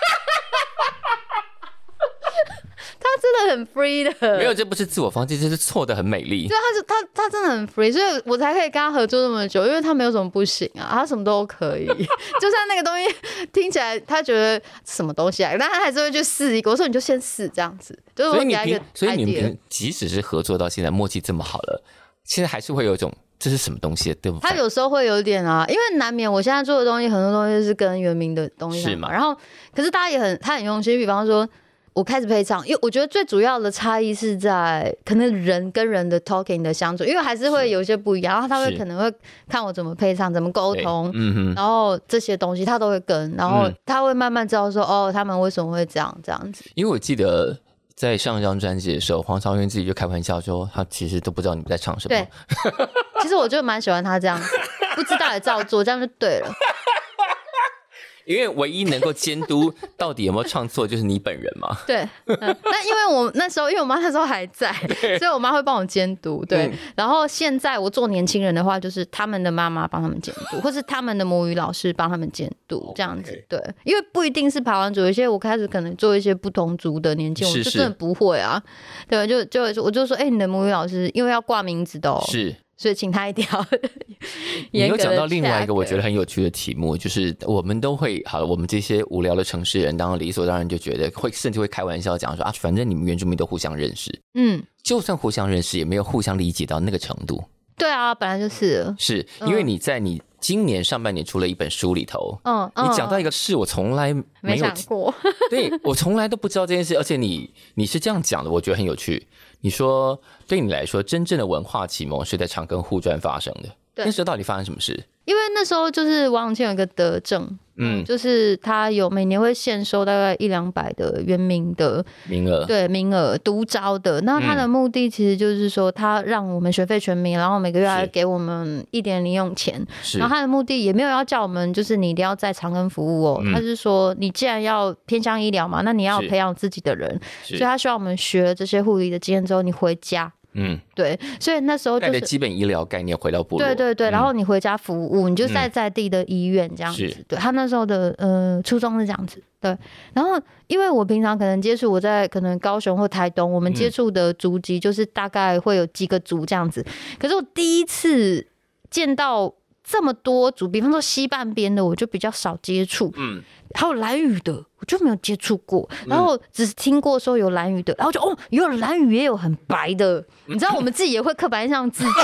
他真的很 free 的， 没有，这不是自我放弃，这是错的很美丽。 对，他真的很 free， 所以我才可以跟他合作那么久，因为他没有什么不行啊，他什么都可以。就算那个东西听起来他觉得什么东西啊，但他还是会去试一个。我说你就先试这样子，就是我给他一个 idea。 所以你们即使是合作到现在默契这么好了，现在还是会有一种这是什么东西，对不对？ 他有时候会有点啊，因为难免我现在做的东西很多东西是跟原民的东西是嘛，然后可是他很用心，比方说。我开始配唱，因为我觉得最主要的差异是在可能人跟人的 talking 的相处，因为还是会有一些不一样，然后他会可能会看我怎么配唱，怎么沟通，然后这些东西他都会跟，然后他会慢慢知道说，哦，他们为什么会这样子。 因为我记得在上一张专辑的时候，黄韶雍自己就开玩笑说，他其实都不知道你们在唱什么。 对，其实我就蛮喜欢他这样子，不知道也照做，这样就对了。 因为唯一能够监督到底有没有唱错就是你本人嘛。 对，那因为我那时候，因为我妈那时候还在，所以我妈会帮我监督。对，然后现在我做年轻人的话，就是他们的妈妈帮他们监督，或是他们的母语老师帮他们监督，这样子。对，因为不一定是排湾族，有些我开始可能做一些不同族的年轻人，我就真的不会啊。对，我就说，你的母语老师因为要挂名字的哦。是。所以请他一定要你有讲到另外一个我觉得很有趣的题目，就是我们都会好了，我们这些无聊的城市人当然理所当然就觉得甚至会开玩笑讲说啊，反正你们原住民都互相认识，就算互相认识也没有互相理解到那个程度。 对啊，本来就是因为你在你今年上半年出了一本书里头，你讲到一个事我从来没有想过，对， 我从来都不知道这件事，而且你是这样讲的，我觉得很有趣。你说对你来说，真正的文化启蒙是在长庚护专发生的，那时候到底发生什么事？ 因为那时候就是王永庆有一个德政，就是他有每年会限收大概100-200的原民的名额，对，名额独招的。那他的目的其实就是说，他让我们学费全民，然后每个月还给我们一点零用钱。然后他的目的也没有要叫我们，就是你一定要在长庚服务哦。他是说，你既然要偏向医疗嘛，那你要培养自己的人，所以他希望我们学这些护理的经验之后，你回家。对，所以那时候就是带着基本医疗概念回到部落， 对，然后你回家服务，你就在地的医院这样子。对，他那时候的初衷是这样子。对，然后因为我平常可能接触，我在可能高雄或台东，我们接触的族籍就是大概会有几个族这样子。可是我第一次见到这么多族，比方说西半边的，我就比较少接触。还有兰语的，我就没有接触过，然后只是听过说有兰语的，然后就有兰语也有很白的，你知道我们自己也会刻板印象自己。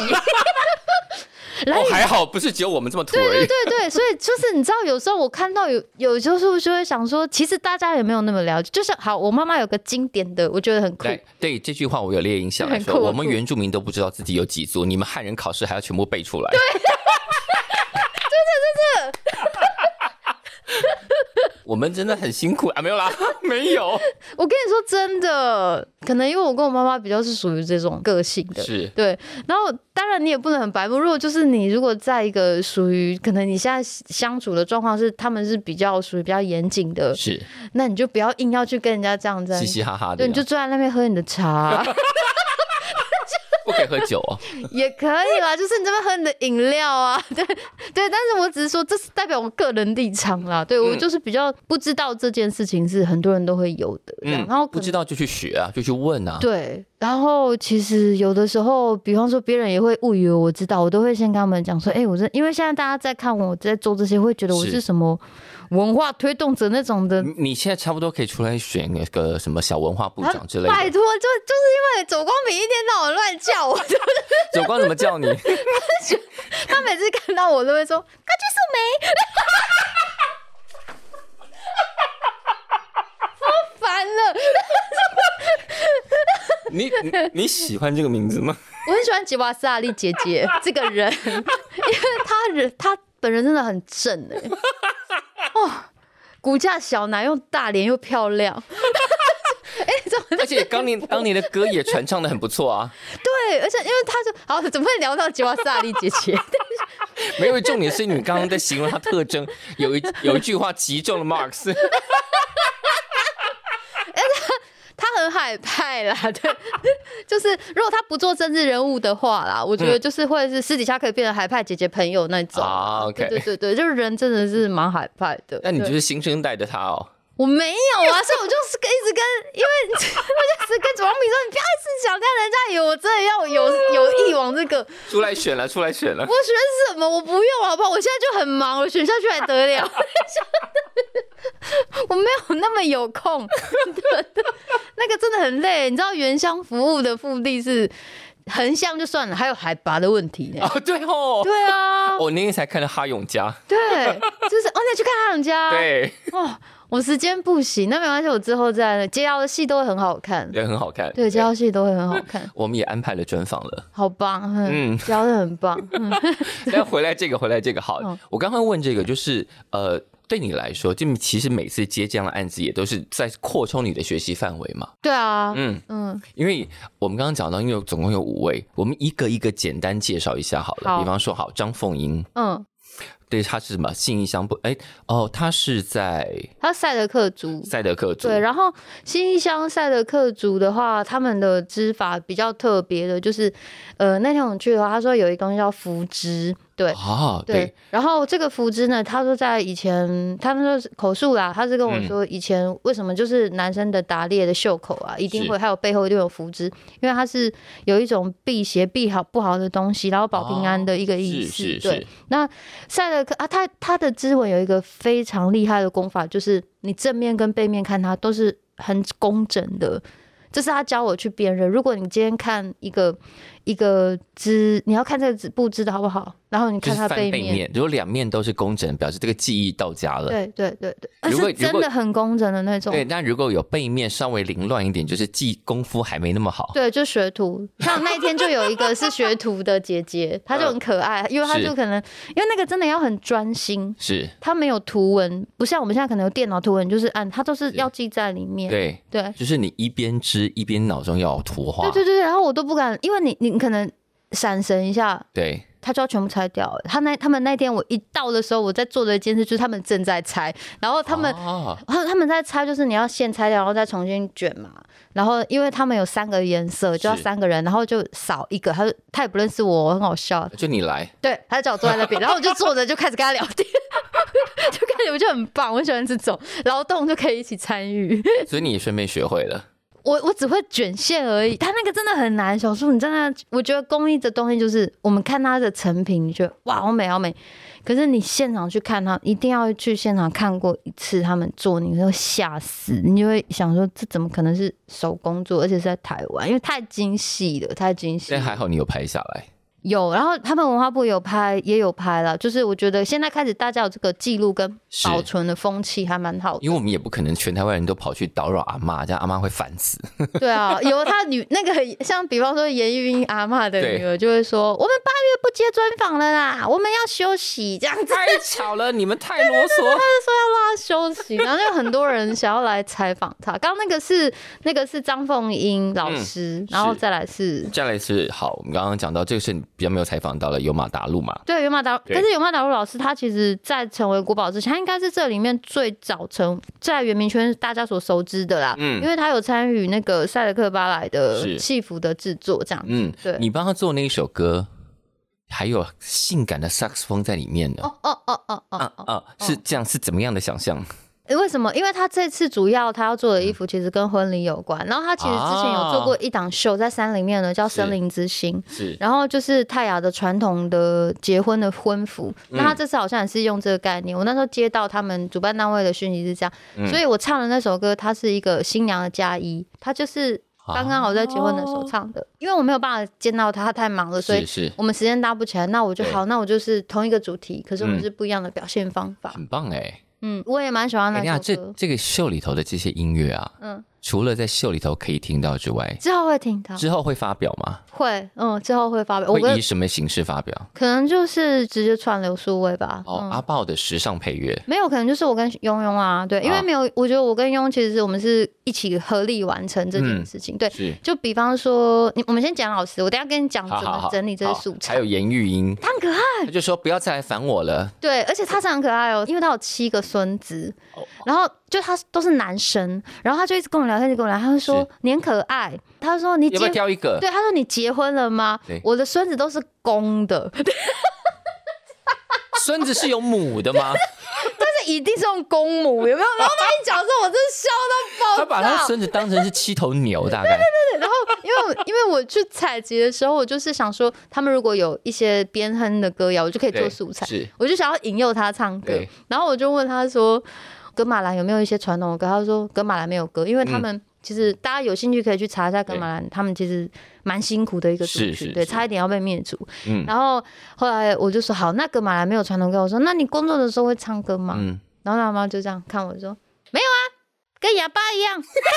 还好不是只有我们这么土而已。 对，所以就是你知道，有时候我看到有时候就会想说，其实大家也没有那么了解。就是好，我妈妈有个经典的，我觉得很酷。 对这句话我有列印下来说，我们原住民都不知道自己有几族，你们汉人考试还要全部背出来。对。我们真的很辛苦啊，没有啦，没有。 我跟你说真的，可能因为我跟我妈妈比较是属于这种个性的， 是对。然后当然你也不能很白目，如果就是你如果在一个属于可能你现在相处的状况是他们是比较属于比较严谨的， 是， 那你就不要硬要去跟人家这样子嘻嘻哈哈的， 对，你就坐在那边喝你的茶。 不可以喝酒哦， 也可以啦，就是你这边喝你的饮料啊，对，但是我只是说这是代表我个人立场啦，对，我就是比较不知道这件事情是很多人都会有的，然后不知道就去学啊，就去问啊， 对，然后其实有的时候，比方说别人也会误以为我知道，我都会先跟他们讲说，我因为现在大家在看我在做这些，会觉得我是什么文化推动者那种的。你现在差不多可以出来选那个什么小文化部长之类的。 拜托，就是因为走光平一天到晚乱叫我。 走光怎么叫你？ 他每次看到我都会说：“快去素梅。”超烦了。你喜欢这个名字吗？ 我很喜欢吉瓦斯阿丽姐姐这个人，因为她本人真的很正骨架小，奶又大，脸又漂亮。 而且当年的歌也传唱的很不错啊。 对，而且因为他就好，怎么会聊到吉瓦斯阿丽姐姐？对， 没有，重点是你刚刚在形容他特征，有一句话击中了 Marks。 他很海派啦，对，就是如果他不做政治人物的话啦，我觉得就是会是私底下可以变成海派姐姐朋友那种。 OK， 对，就是人真的是蛮海派的。 那你就是新生代的他哦。 我没有啊，所以我就是一直跟，因为我就是跟左光平说，你不要一直想，让人家以为我真的要有意往这个出来选了。我选什么？我不用好不好？我现在就很忙，我选下去还得了？我没有那么有空，对，那个真的很累。你知道原乡服务的腹地是横向就算了，还有海拔的问题呢。 对哦， 对啊， 我那天才看了哈永家。 对，就是你去看哈永家。 对， 我时间不行，那没关系，我之后再接邀的戏都会很好看。 对，很好看。 对，接邀戏都会很好看。 我们也安排了专访了， 好棒，接邀的很棒。 但回来这个好，我刚刚问这个就是对你来说，就其实每次接这样的案子，也都是在扩充你的学习范围嘛？ 对啊， 因为我们刚刚讲到，因为总共有5位，我们一个一个简单介绍一下好了。比方说，张凤英，对，他是什么信义乡不？他是赛德克族，对。然后信义乡赛德克族的话，他们的织法比较特别的，就是那天我们去的话，他说有一个东西叫福织。对，然后这个福织呢，他说在以前，他们说口述啦，他是跟我说以前为什么就是男生的打猎的袖口啊，一定会还有背后一定有福织，因为它是有一种辟邪避好不好的东西，然后保平安的一个意思。对，那赛德克啊，他的织纹有一个非常厉害的功法，就是你正面跟背面看它都是很工整的。这是他教我去辨认。如果你今天看一个织，你要看这个布织的好不好，然后你看它背面， 如果2面都是工整，表示这个技艺到家了。 对，而是真的很工整的那种。 对，但如果有背面稍微凌乱一点，就是功夫还没那么好。 对，就学徒。像那一天就有一个是学徒的姐姐，她就很可爱，因为她就可能因为那个真的要很专心， 是她没有图文，不像我们现在可能有电脑图文，就是它都是要记在里面。对， 就是你一边织一边脑中要有图画。 对，然后我都不敢，因为你可能闪神一下， 对， 他就要全部拆掉了。他们那天我一到的时候，我在做的一件事就是他们正在拆，然后他们在拆，就是你要先拆掉，然后再重新卷嘛。然后因为他们有3个颜色，就要3个人，然后就少一个，他也不认识我，很好笑。 就你来， 对，他就叫我坐在那边，然后我就坐着就开始跟他聊天，就感觉我就很棒，我很喜欢这种劳动就可以一起参与。 所以你也顺便学会了。 我只会卷线而已，他那个真的很难。小树，你真的，我觉得工艺的东西就是我们看它的成品，你觉得哇好美好美，可是你现场去看它，一定要去现场看过一次他们做，你会吓死，你就会想说这怎么可能是手工做，而且是在台湾，因为太精细了，太精细了。 但还好你有拍下来。 有，然后他们文化部也有拍了，就是我觉得现在开始大家有这个记录跟保存的风气还蛮好的， 因为我们也不可能全台湾人都跑去叨扰阿嬷，这样阿嬷会烦死。 对啊，有他那个像比方说严玉英阿嬷的女儿就会说，我们8月不接专访了啦，我们要休息这样子。 太巧了，你们太啰嗦。他就说要让他休息，然后就很多人想要来采访他。刚刚那个是张凤英老师，然后再来是好，我们刚刚讲到这个是比较没有采访到了有马达路嘛？ 对，有马达路，但是有马达路老师他其实在成为国宝之前，他应该是这里面最早在原民圈大家所熟知的啦。因为他有参与那个赛德克巴莱的戏服的制作，这样子。对， 你帮他做那一首歌，还有性感的萨克斯风在里面的。是这样，是怎么样的想象？ 为什么？因为他这次主要他要做的衣服其实跟婚礼有关，然后他其实之前有做过一档秀在山里面的，叫《森林之星》，然后就是泰雅的传统的结婚的婚服。那他这次好像也是用这个概念。我那时候接到他们主办单位的讯息是这样，所以我唱的那首歌，它是一个新娘的嫁衣，它就是刚刚好在结婚的时候唱的。因为我没有办法见到他，他太忙了，所以我们时间搭不起来。那我就好，那我就是同一个主题，可是我们是不一样的表现方法。 很棒哎。 我也蛮喜欢那首歌。 这个秀里头的这些音乐啊， 除了在秀里头可以听到之外， 之后会听到， 之后会发表吗？ 会，之后会发表。 会以什么形式发表？ 可能就是直接串流数位吧。 阿豹的时尚配乐没有，可能就是我跟庸庸啊，对，因为没有，我觉得我跟庸其实我们是一起合力完成这件事情。对，就比方说，我们先讲老师，我等一下跟你讲怎么整理这些素材。 还有颜玉英， 他很可爱， 他就说不要再来烦我了。 对，而且他是很可爱哦，因为他有7个孙子，然后就他都是男生，然后他就一直跟我聊天，他就说你很可爱，他说你要不要挑一个？ 对，他说你结婚了吗？我的孙子都是公的。 孙子是有母的吗？ 但是一定是用公母，有没有？然后他一讲说，我真的笑到爆炸。 他把他孙子当成是7头牛，大概。 对。然后因为我去采集的时候，我就是想说，他们如果有一些边哼的歌谣，我就可以做素材。我就想要引诱他唱歌。然后我就问他说，噶玛兰有没有一些传统的歌？他说噶玛兰没有歌，因为他们其实大家有兴趣可以去查一下噶玛兰，他们其实蛮辛苦的一个族群，对，差一点要被灭族。然后后来我就说好，那噶玛兰没有传统歌，我说那你工作的时候会唱歌吗？然后他妈就这样看我说没有啊，跟哑巴一样。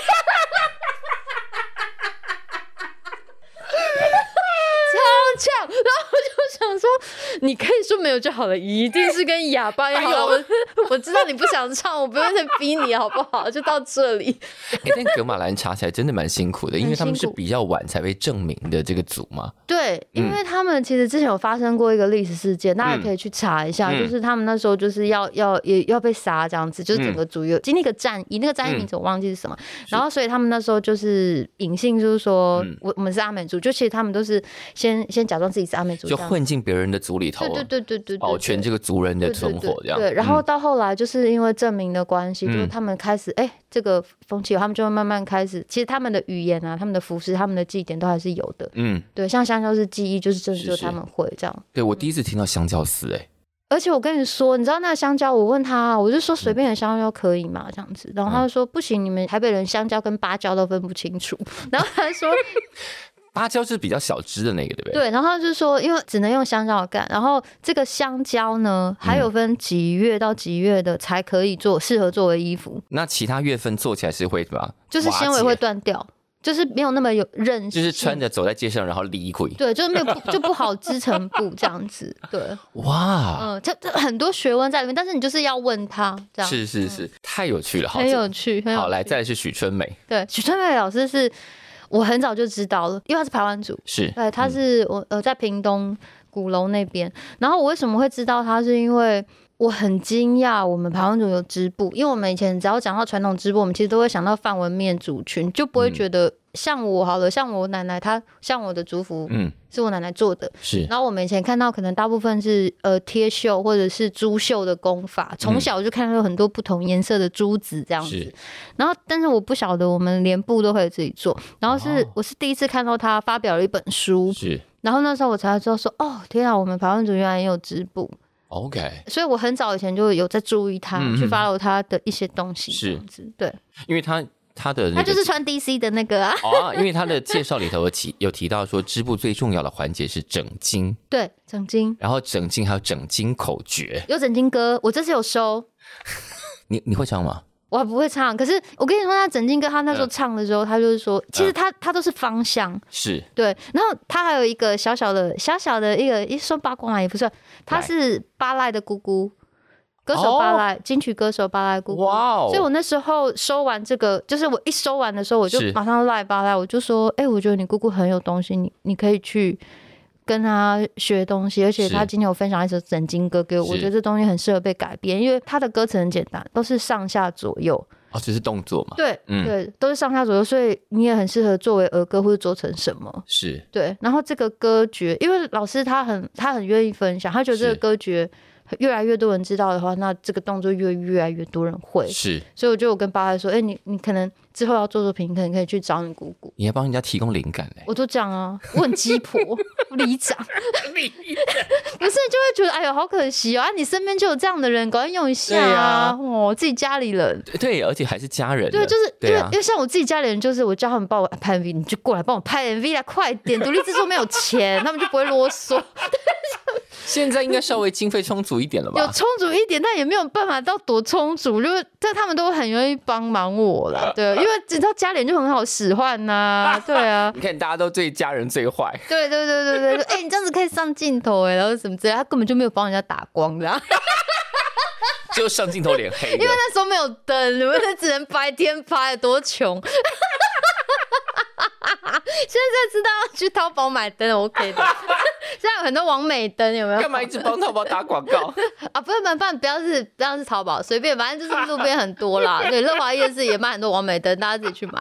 超呛，然后我就想说，你可以说没有就好了，一定是跟哑巴一样。好了，我知道你不想唱，我不用再逼你，好不好？就到这里。 但噶玛兰查起来真的蛮辛苦的，因为他们是比较晚才被证明的这个族嘛。 对，因为他们其实之前有发生过一个历史事件，大家可以去查一下，就是他们那时候就是要被杀这样子，就是整个族有经历一个战役，那个战役名字我忘记是什么。然后所以他们那时候就是隐性，就是说我们是阿美族，就其实他们都是先假装自己是阿美族， 就混进别人的族里头， 对， 保全这个族人的存活这样。 对，然后到后来就是因为证明的关系，就是他们开始这个风气，他们就会慢慢开始，其实他们的语言啊、他们的服饰、他们的祭典都还是有的。对，像香蕉是记忆，就是真的就他们会这样。 对，我第一次听到香蕉丝而且我跟你说，你知道那个香蕉，我问他，我就说随便的香蕉可以吗？这样子，然后他就说不行，你们台北人香蕉跟芭蕉都分不清楚。然后他说。 芭蕉是比较小只的那个，对不对？ 对，然后就是说，因为只能用香蕉干，然后这个香蕉呢，还有分几月到几月的才可以适合作为衣服。 那其他月份做起来是会什么？ 就是纤维会断掉，就是没有那么有韧性， 就是穿着走在街上，然后离腿。 对，就是没有就不好织成布这样子。对， 哇， 这很多学问在里面，但是你就是要问他这样。 是，太有趣了， 很有趣。 好，来，再来是许春美。 对，许春美老师是。我很早就知道了，因为他是排湾族，对，他是我在屏东鼓楼那边。然后我为什么会知道他，是因为我很惊讶，我们排湾族有织布，因为我们以前只要讲到传统织布，我们其实都会想到泛纹面族群，就不会觉得像我好了，像我奶奶，她像我的族服，是我奶奶做的， 是。 然后我们以前看到可能大部分是贴绣或者是珠绣的工法，从小就看到有很多不同颜色的珠子这样子。然后，但是我不晓得我们连布都可以自己做。然后我是第一次看到他发表了一本书， 是。 然后那时候我才知道说，哦，天啊，我们排湾族原来也有织布。 OK， 所以我很早以前就有在注意他，去 follow 他的一些东西，这样子。对， 因为他的他就是穿 DC 的那个啊。 因为他的介绍里头有提到说，织布最重要的环节是整经。 对，整经。 然后整经还有整经口诀， 有整经歌，我这次有收。 你会唱吗？ 我还不会唱，可是我跟你说，他整经歌他那时候唱的时候，他就是说，其实他都是方向， 是对。 然后他还有一个小小的一说八卦嘛也不算，他是巴赖的姑姑，歌手巴赖，金曲歌手巴赖姑姑。哇哦！所以我那时候收完这个，就是我一收完的时候，我就马上赖巴赖，我就说，我觉得你姑姑很有东西，你可以去跟他学东西，而且他今天有分享一首整经歌给我，我觉得这东西很适合被改编，因为他的歌词很简单，都是上下左右。 就是动作嘛。 对，对，都是上下左右，所以你也很适合作为儿歌或者做成什么。 是， 对。然后这个歌诀，因为老师他很愿意分享，他觉得这个歌诀越来越多人知道的话，那这个动作越来越多人会。 是， 所以我就跟巴赖说，你可能之后要做作品，可能可以去找你姑姑， 你还帮人家提供灵感嘞。 我都讲啊，我很鸡婆，里长，不是就会觉得哎呦好可惜啊，你身边就有这样的人，赶快用一下啊！自己家里人， 对，而且还是家人， 对，就是因为像我自己家里人，就是我叫他们帮我拍 MV， 你就过来帮我拍 MV 啦，快点！独立制作没有钱，他们就不会啰嗦。 现在应该稍微经费充足一点了吧？ 有充足一点，但也没有办法到多充足，就是但他们都很愿意帮忙我啦，对，因为你知道家里就很好使唤呐，对啊。 你看大家都对家人最坏， 对，哎，你这样子可以上镜头哎，然后什么之类，他根本就没有帮人家打光的。 就上镜头脸黑的， 因为那时候没有灯，你们只能白天拍，多穷。现在知道去淘宝买灯 OK 的，现在有很多网美灯，有没有？ 干嘛一直帮淘宝打广告啊？不要是淘宝，随便，反正就是路边很多啦。对，乐华夜市也卖很多网美灯，大家自己去买。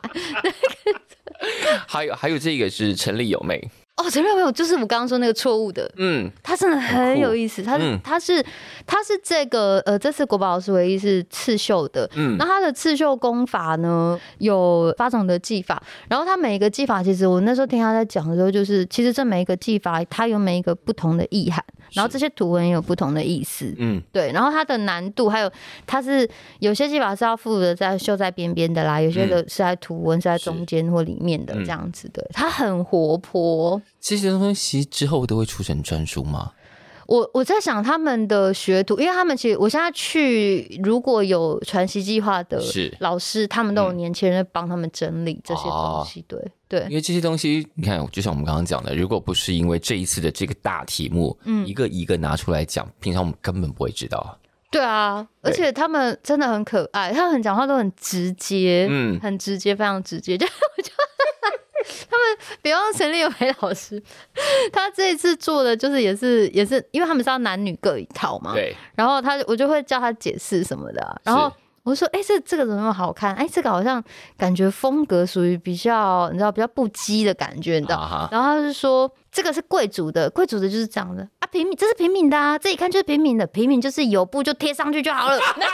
还有这个是陈立友妹。 哦，陈立友妹就是我刚刚说那个错误的，他真的很有意思，他是这次国宝老师唯一是刺绣的，那他的刺绣功法呢有8种的技法，然后他每一个技法，其实我那时候听他在讲的时候，就是其实这每一个技法它有每一个不同的意涵，然后这些图文也有不同的意思，对，然后它的难度还有它是有些技法是要负责在绣在边边的啦，有些的是在图文是在中间或里面的这样子的，它很活泼。 这些东西之后都会出成专书吗？ 我在想他们的学徒，因为他们其实我现在去，如果有传习计划的老师，他们都有年轻人帮他们整理这些东西，对， 因为这些东西，你看，就像我们刚刚讲的，如果不是因为这一次的这个大题目，一个一个拿出来讲，平常我们根本不会知道。 对啊，而且他们真的很可爱，他们讲话都很直接，很直接，非常直接，就他们比方陈立友梅老师，他这一次做的就是也是，因为他们是要男女各一套嘛， 对。 然后我就会叫他解释什么的，然后我就说，这个怎么那么好看？这个好像感觉风格属于比较，你知道比较不羁的感觉，你知道？然后他就说，这个是贵族的就是这样的啊，平民这是平民的啊，这一看就是平民的，平民就是有布就贴上去就好了。然后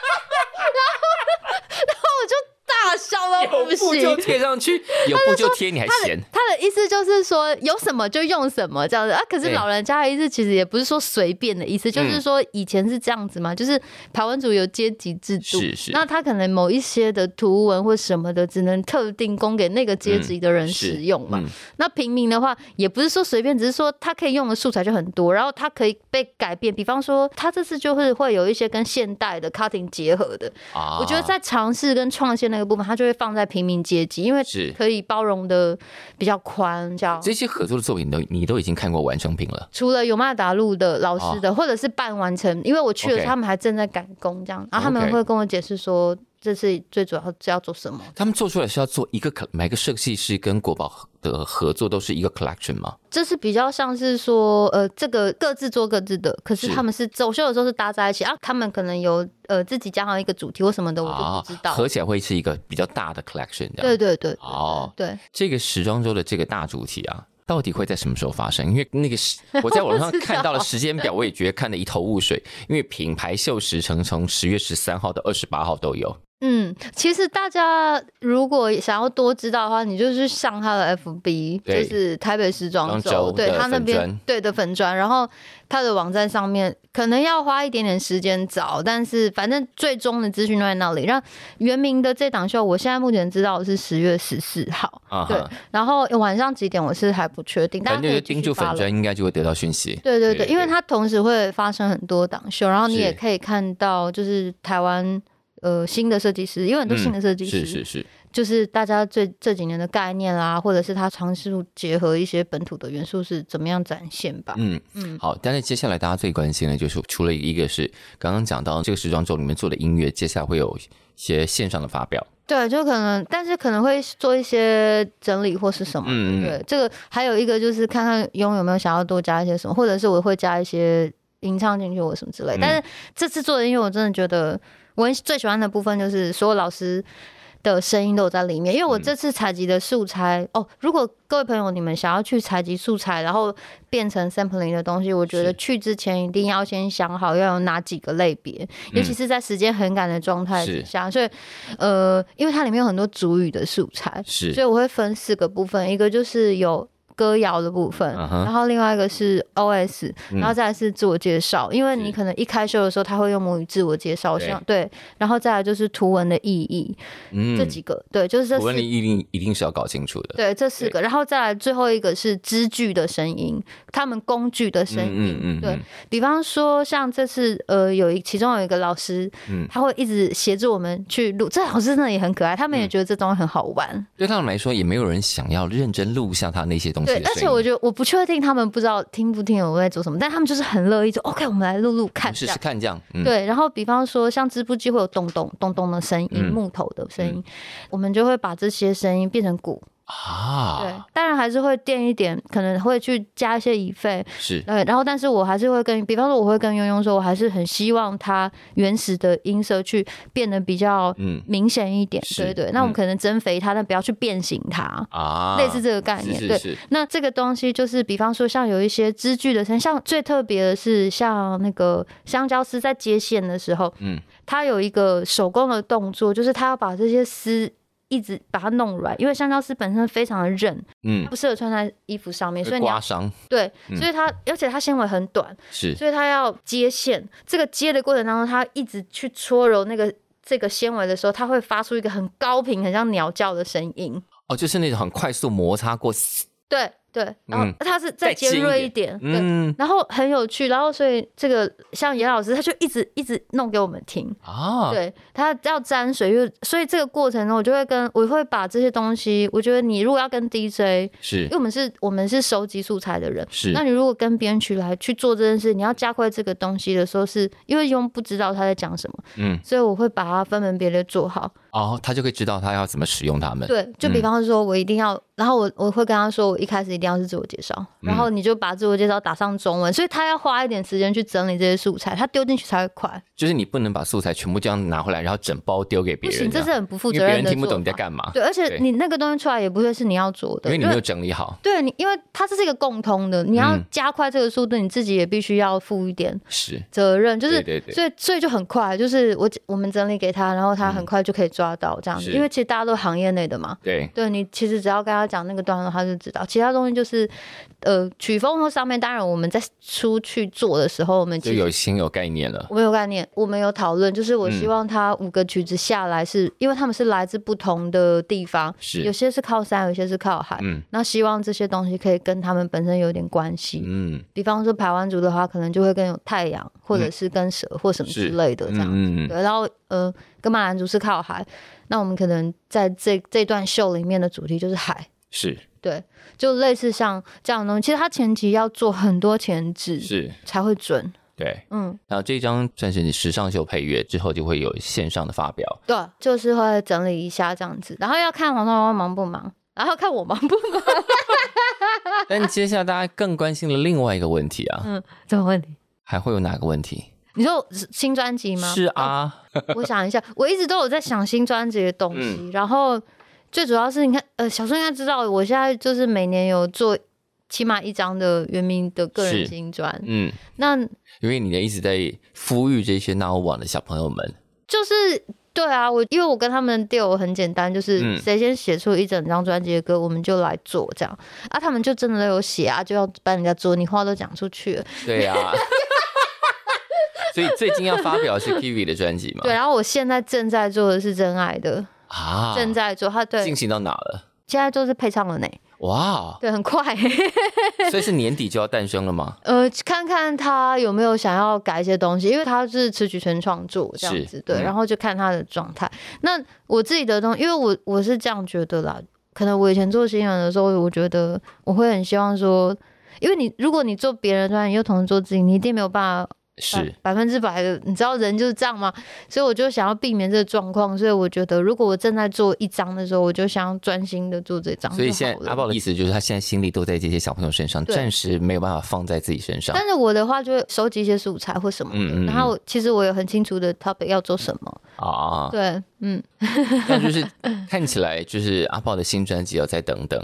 我就大笑到不行， 有布就贴上去，有布就贴，你还嫌？ 他的意思就是说有什么就用什么这样子啊。可是老人家的意思其实也不是说随便的意思，就是说以前是这样子嘛，就是排湾族有阶级制度，是那他可能某一些的图文或什么的只能特定供给那个阶级的人使用嘛。那平民的话也不是说随便，只是说他可以用的素材就很多，然后他可以被改变。比方说他这次就是会有一些跟现代的 cutting 结合的，我觉得在尝试跟创新那个部分，他就会放在平民阶级，因为可以包容的比较宽。 这些合作的作品你都已经看过完成品了？ 除了有马达路的老师的，或者是半完成，因为我去了，他们还正在赶工这样，然后他们会跟我解释说这次最主要是要做什么。 他们做出来是要做每个设计师跟国宝的合作都是一个 collection 吗？ 这是比较像是说这个各自做各自的，可是他们是走秀的时候是搭在一起啊，他们可能有自己加上一个主题或什么的，我就不知道， 合起来会是一个比较大的 collection 这样。 对对， 这个时装周的这个大主题啊，到底会在什么时候发生？因为那个我在网上看到了时间表，我也觉得看得一头雾水。因为品牌秀时程从10月13号到28号都有。 其实大家如果想要多知道的话，你就去上他的 FB， 就是台北时装周，对他那边对的粉专，然后他的网站上面可能要花一点点时间找，但是反正最终的资讯都在那里。让原名的这档秀，我现在目前知道的是10月14号，对，然后晚上几点我是还不确定，但是盯住粉专应该就会得到讯息。 对，因为它同时会发生很多档秀，然后你也可以看到就是台湾新的设计师，因为很多新的设计师， 是， 就是大家这几年的概念啦，或者是他尝试结合一些本土的元素是怎么样展现吧。 好，但是接下来大家最关心的就是除了一个是刚刚讲到这个时装周里面做的音乐，接下来会有一些线上的发表。 对，就但是可能会做一些整理或是什么。对，这个还有一个就是看看有没有想要多加一些什么，或者是我会加一些吟唱进去或什么之类。但是这次做的音乐，我真的觉得我最喜欢的部分就是所有老师的声音都有在里面，因为我这次采集的素材如果各位朋友你们想要去采集素材然后变成 sampling 的东西，我觉得去之前一定要先想好要有哪几个类别，尤其是在时间很赶的状态之下，所以因为它里面有很多族语的素材，所以我会分4个部分，一个就是有歌谣的部分，然后另外一个是 OS，然后再来是自我介绍，因为你可能一开秀的时候他会用母语自我介绍，对，然后再来就是图文的意义，这几个，对，就是这图文的意义一定是要搞清楚的， 对，这4个，然后再来最后一个是支具的声音，他们工具的声音，对，比方说像这次其中有一个老师，他会一直协助我们去录，这老师真的也很可爱，他们也觉得这东西很好玩， 对他们来说也没有人想要认真录像他那些东西的声音， 对，而且我觉得我不确定他们不知道听不听我在做什么，但他们就是很乐意说 OK 我们来录录看， 试试看这样， 对，然后比方说像织布机会有咚咚咚咚的声音，木头的声音，我们就会把这些声音变成鼓啊，对，当然还是会垫一点，可能会去加一些乙费， 是， 对，然后但是我还是会比方说我会跟庸庸说，我还是很希望它原始的音色去变得比较明显一点，对对，那我们可能增肥它，但不要去变形它啊，类似这个概念，对，那这个东西就是比方说像有一些织具的声音，像最特别的是像那个香蕉丝在接线的时候，它有一个手工的动作，就是它要把这些丝一直把它弄软，因为香蕉丝本身非常的韧，不适合穿在衣服上面，所以你要刮伤， 对，所以它而且它纤维很短，是，所以它要接线。这个接的过程当中，它一直去搓揉这个纤维的时候，它会发出一个很高频、很像鸟叫的声音。 哦，就是那种很快速摩擦过， 对。对，然后它是再尖锐一点，对，然后很有趣，然后所以这个像严老师他就一直弄给我们听啊，对，他要沾水，所以这个过程呢，我会把这些东西，我觉得你如果要跟 DJ， 是，因为我们是收集素材的人，是，那你如果跟编曲来去做这件事，你要加快这个东西的时候，是因为庸不知道他在讲什么，所以我会把它分门别类做好。 哦，他就会知道他要怎么使用它们。 对，就比方说我一定要，然后我会跟他说，我一开始一定要是自我介绍，然后你就把自我介绍打上中文，所以他要花一点时间去整理这些素材，他丢进去才会快。 就是你不能把素材全部这样拿回来，然后整包丢给别人，不行，这是很不负责任的做法，因为别人听不懂你在干嘛。 对，而且你那个东西出来也不会是你要做的， 因为你没有整理好。 对，因为它这是一个共通的，你要加快这个速度，你自己也必须要负一点责任，就是对， 所以就很快，就是我们整理给他，然后他很快就可以抓到这样子，因为其实大家都行业内的嘛，对，你其实只要跟他讲那个段落，他就知道。其他东西就是曲风和上面，当然我们在出去做的时候，我们就有先有概念了， 我们有概念，我们有讨论，就是我希望他5个曲子下来是因为他们是来自不同的地方，是有些是靠山，有些是靠海，那希望这些东西可以跟他们本身有点关系，比方说排湾族的话，可能就会跟有太阳，或者是跟蛇或什么之类的这样子，对，然后跟马兰族是靠海，那我们可能在这段秀里面的主题就是海，是，对，就类似像这样的东西，其实它前期要做很多前置，是才会准。 对，然后这一张算是你时尚秀配乐之后就会有线上的发表， 对，就是会整理一下这样子，然后要看黄东荣忙不忙，然后看我忙不忙。 但接下来大家更关心的另外一个问题啊， 什么问题？ 还会有哪个问题？ 你说新专辑吗？ 是啊， 我想一下，我一直都有在想新专辑的东西，然后最主要是你看，小孙应该知道，我现在就是每年有做起码1张的原名的个人新专，那因为你一直在呼吁这些闹网的小朋友们， 就是对啊，因为我跟他们 deal 很简单，就是谁先写出一整张专辑的歌，我们就来做这样啊，他们就真的都有写啊，就要帮人家做，你话都讲出去了， 对啊。所以最近要发表的是 Kiwi 的专辑嘛？ 对，然后我现在正在做的是真爱的啊，正在做，对， 进行到哪了？ 现在都是配唱了呢。哇，对，很快。 所以是年底就要诞生了吗？ 看看他有没有想要改一些东西，因为他是词曲全创作这样子，对，然后就看他的状态。那我自己的东西，因为我是这样觉得啦，可能我以前做新人的时候，我觉得我会很希望说，因为如果你做别人的专辑，又同时做自己，你一定没有办法。是100%的，你知道人就是这样吗？所以我就想要避免这个状况，所以我觉得如果我正在做1张的时候，我就想要专心的做这张。 所以现在阿豹的意思就是他现在心里都在这些小朋友身上，暂时没有办法放在自己身上。 但是我的话就会收集一些素材或什么的，然后其实我有很清楚的 topic 要做什么啊。对， 那就是看起来就是阿豹的新专辑要再等等。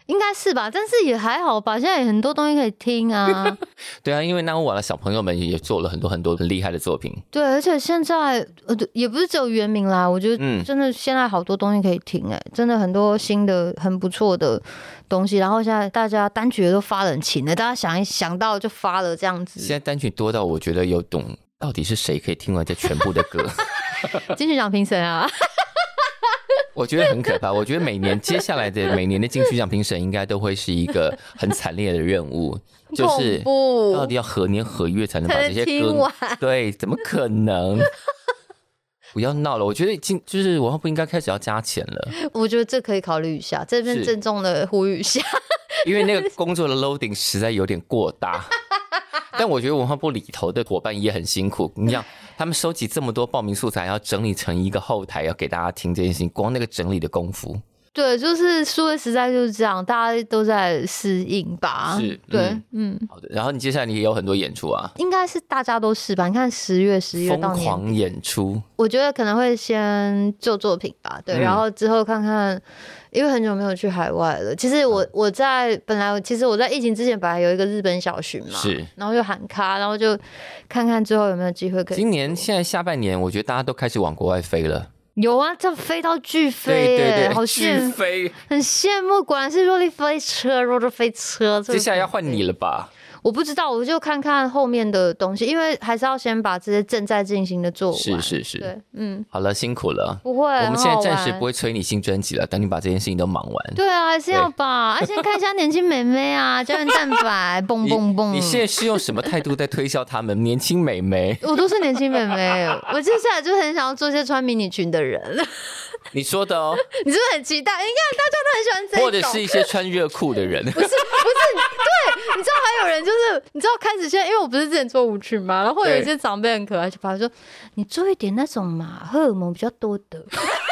应该是吧，但是也还好吧，现在有很多东西可以听啊。 对啊，因为纳乌瓦的小朋友们也做了很多很多很厉害的作品。 对，而且现在也不是只有原民啦，我觉得真的现在好多东西可以听真的很多新的很不错的东西。然后现在大家单曲都发得很勤的，大家想到就发了这样子。 现在单曲多到我觉得有懂到底是谁可以听完这全部的歌。 金曲奖评审啊。 我觉得很可怕。我觉得接下来的每年的金曲奖评审应该都会是一个很惨烈的任务，就是到底要何年何月才能把这些歌对，怎么可能？不要闹了，我觉得就是文化部应该开始要加钱了。 我觉得这可以考虑一下，这边郑重的呼吁一下， 因为那个工作的 loading 实在有点过大。但我觉得文化部里头的伙伴也很辛苦，你想他们收集这么多报名素材，要整理成一个后台要给大家听这件事情，光那个整理的功夫。对， 就是数位时代就是这样，大家都在适应吧。 是，对，好的。然后你接下来你也有很多演出啊， 应该是大家都是吧？你看10月、11月到年底疯狂演出， 我觉得可能会先做作品吧，对，然后之后看看。因为很久没有去海外了，其实我在疫情之前本来有一个日本小巡嘛， 是， 然后就喊咖，然后就看看之后有没有机会可以。 今年现在下半年，我觉得大家都开始往国外飞了。 有啊，这飞到巨飞耶，好巨飞， 很羡慕。果然是若力飞车，若力飞车。 接下来要换你了吧？ 我不知道，我就看看后面的东西，因为还是要先把这些正在进行的做完。 是， 对， 好了，辛苦了。 不会， 我们现在暂时不会催你新专辑了，等你把这件事情都忙完。 对啊，还是要吧，先看一下年轻美眉啊，胶原蛋白，蹦蹦蹦。 你现在是用什么态度在推销他们？年轻美眉， 我都是年轻美眉。我接下来就很想要做一些穿迷你裙的人。 你说的哦， 你是不是很期待？你看大家都很喜欢这种， 或者是一些穿热裤的人。 不是，对，你知道还有人就是你知道开始现在，因为我不是之前做舞曲嘛，然后有一些长辈很可爱，就跑来说你做一点那种嘛荷尔蒙比较多的。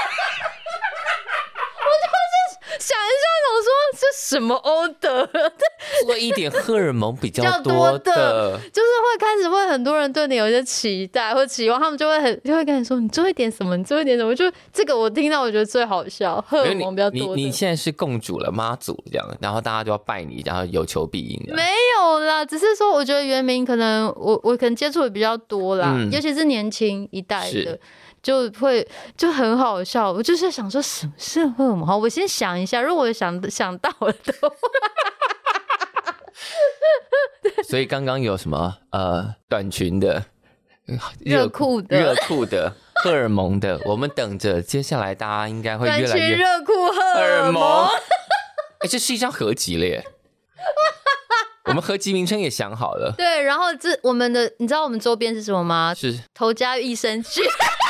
想一下，想说这什么 order？ 做一点荷尔蒙比较多的， 就是会开始会很多人对你有一些期待或期望，他们就会跟你说你做一点什么，你做一点什么。就这个我听到我觉得最好笑，荷尔蒙比较多的。 你现在是共主了，妈祖这样，然后大家就要拜你，然后有求必应。 没有啦，只是说我觉得原民可能我可能接触的比较多啦，尤其是年轻一代的。就很好笑，我就是想说什么是荷尔蒙？好，我先想一下，如果我想到了的话， 所以刚刚有什么短裙的、 热裤的、荷尔蒙的，我们等着，接下来大家应该会越来越短裙、热裤、荷尔蒙。 这是一张合集了耶！我们合集名称也想好了。 对，然后我们的，你知道我们周边是什么吗？ 是头家益生菌。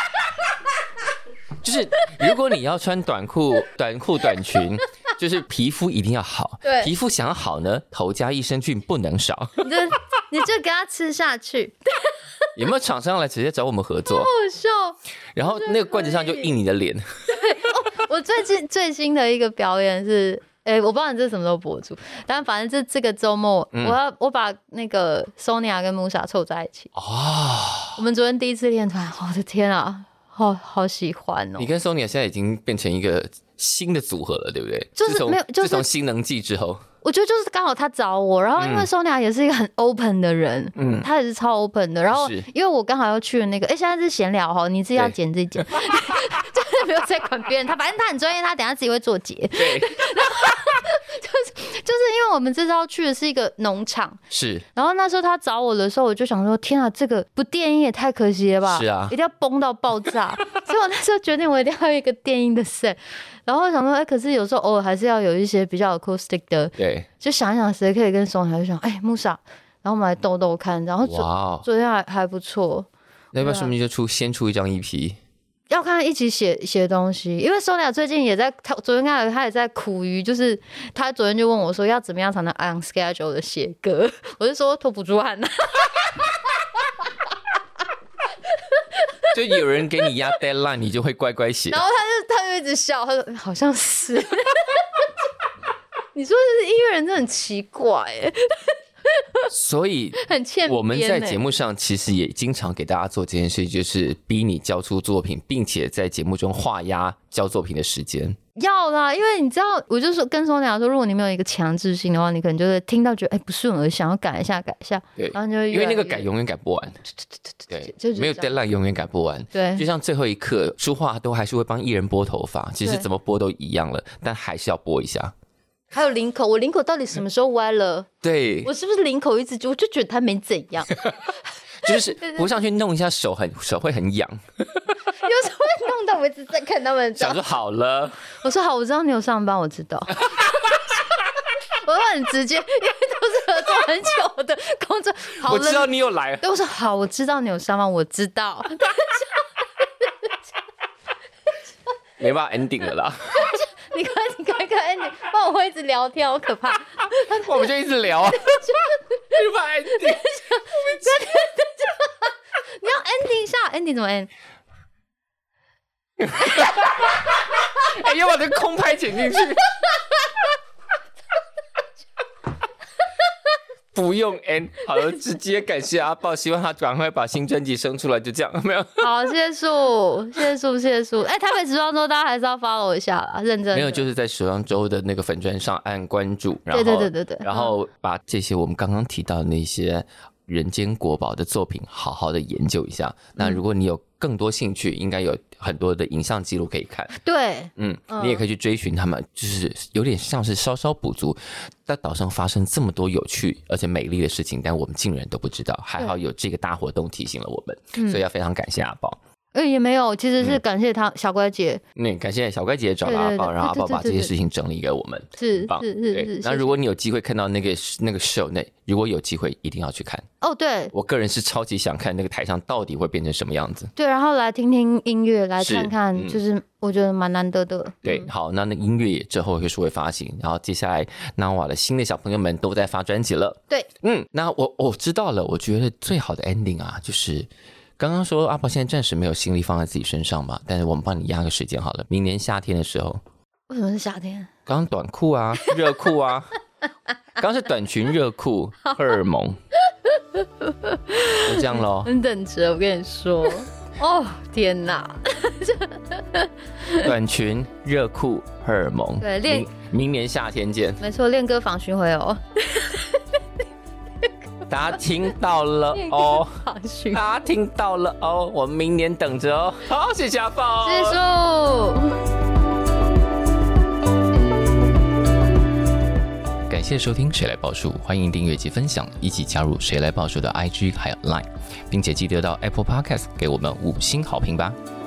就是如果你要穿短裤、短裙，就是皮肤一定要好。 对， 皮肤想要好呢，头家益生菌不能少。 你就给它吃下去。 有没有厂商来直接找我们合作？ 好笑。 然后那个罐子上就印你的脸。 对哦，我最新的一个表演是。我不知道你这什么时候播出，但反正这个周末，我把那个 Sonia 跟 Musa 凑在一起。我们昨天第一次练团，我的天啊，好喜欢哦！ 你跟 Sonia 现在已经变成一个新的组合了，对不对？ 就是没有，就是自从新能季之后。 我觉得就是刚好他找我，然后因为 Sonia 也是一个很 open 的人，他也是超 open 的。然后因为我刚好要去那个，现在是闲聊哈，你自己要剪自己剪，就是没有在管别人。反正他很专业，他等一下自己会做结。 对， 就是因为我们这次要去的是一个农场， 是。 然后那时候他找我的时候，我就想说，天啊，这个不电音也太可惜了吧？ 是啊， 一定要崩到爆炸。所以我那时候决定，我一定要有一个电音的 set。然后想说，可是有时候偶尔还是要有一些比较 acoustic 的， 对， 就想一想谁可以跟Sonia，就想Musa，然后我们来斗斗看，然后昨天还不错。 那要不要顺便就先出一张 EP？ 要看一起写东西，因为Sonia最近也在，昨天他也在苦于，就是他昨天就问我说，要怎么样才能 on schedule 的写歌？我就说拖不住汗。 就有人给你压 deadline， 你就会乖乖写。 然后他就一直笑，他说好像是。你说这音乐人真的很奇怪耶。 所以很欠扁。 我们在节目上其实也经常给大家做这件事，就是逼你交出作品，并且在节目中画押交作品的时间。 要啦，因为你知道，我就说跟Sonia说，如果你没有一个强制性的话，你可能就会听到觉得不顺耳，想要改一下， 对， 然后就因为那个改永远改不完，对，没有 deadline 永远改不完， 对， 就像最后一刻，书画都还是会帮艺人拨头发，其实怎么拨都一样了，但还是要拨一下。 还有领口，我领口到底什么时候歪了？ 对， 我是不是领口一直我就觉得他没怎样。 就是扶上去弄一下手会很痒， 有时候会弄到我一直在看他们。 想说好了， 我说好，我知道你有上班，我知道。我都很直接，因为都是合作很久的工作。 我知道你有来。 对，我说好，我知道你有上班，我知道。 没办法 ending 了啦。 你看 ending， 不然我会一直聊天，好可怕。 我们就一直聊啊。没办法 ending。 你要 ending 一下 ，ending 怎么 end？ 要把这个空拍剪进去。不用 end， 好了，直接感谢阿豹，希望他赶快把新专辑生出来，就这样，没有？ 好，谢谢树。台北时装周大家还是要 follow 一下啦，认真。 没有，就是在时装周的那个粉专上按关注，然后对， 然后把这些我们刚刚提到的那些人间国宝的作品好好的研究一下。那如果你有更多兴趣，应该有很多的影像记录可以看。 对， 你也可以去追寻他们，就是有点像是稍稍补足在岛上发生这么多有趣而且美丽的事情，但我们竟然都不知道。还好有这个大活动提醒了我们，所以要非常感谢阿豹。 也没有，其实是感谢他小乖姐。 感谢小乖姐找了阿豹，让阿豹把这些事情整理给我们。 是。 那如果你有机会看到那个 show， 如果有机会一定要去看。 哦，对， 我个人是超级想看那个台上到底会变成什么样子。 对，然后来听听音乐，来看看，就是我觉得蛮难得的。 对，好，那音乐也之后会发行，然后接下来NAWA的新的小朋友们都在发专辑了。 对， 那我知道了，我觉得最好的 ending 啊，就是刚刚说阿豹现在暂时没有心力放在自己身上嘛，但是我们帮你压个时间好了，明年夏天的时候。 为什么是夏天？ 刚刚短裤啊，热裤啊，刚刚是短裙热裤，荷尔蒙，就这样咯。 很等着，我跟你说。哦，天哪！ 短裙热裤荷尔蒙， 对， 明年夏天见。 没错，练歌坊巡回哦。 大家听到了哦，大家听到了哦，我们明年等着哦。好，谢谢阿豹， 谢谢树。 感谢收听《谁来报数》，欢迎订阅及分享，一起加入《谁来报数》的 IG 还有 Line， 并且记得到 Apple Podcast 给我们5星好评吧。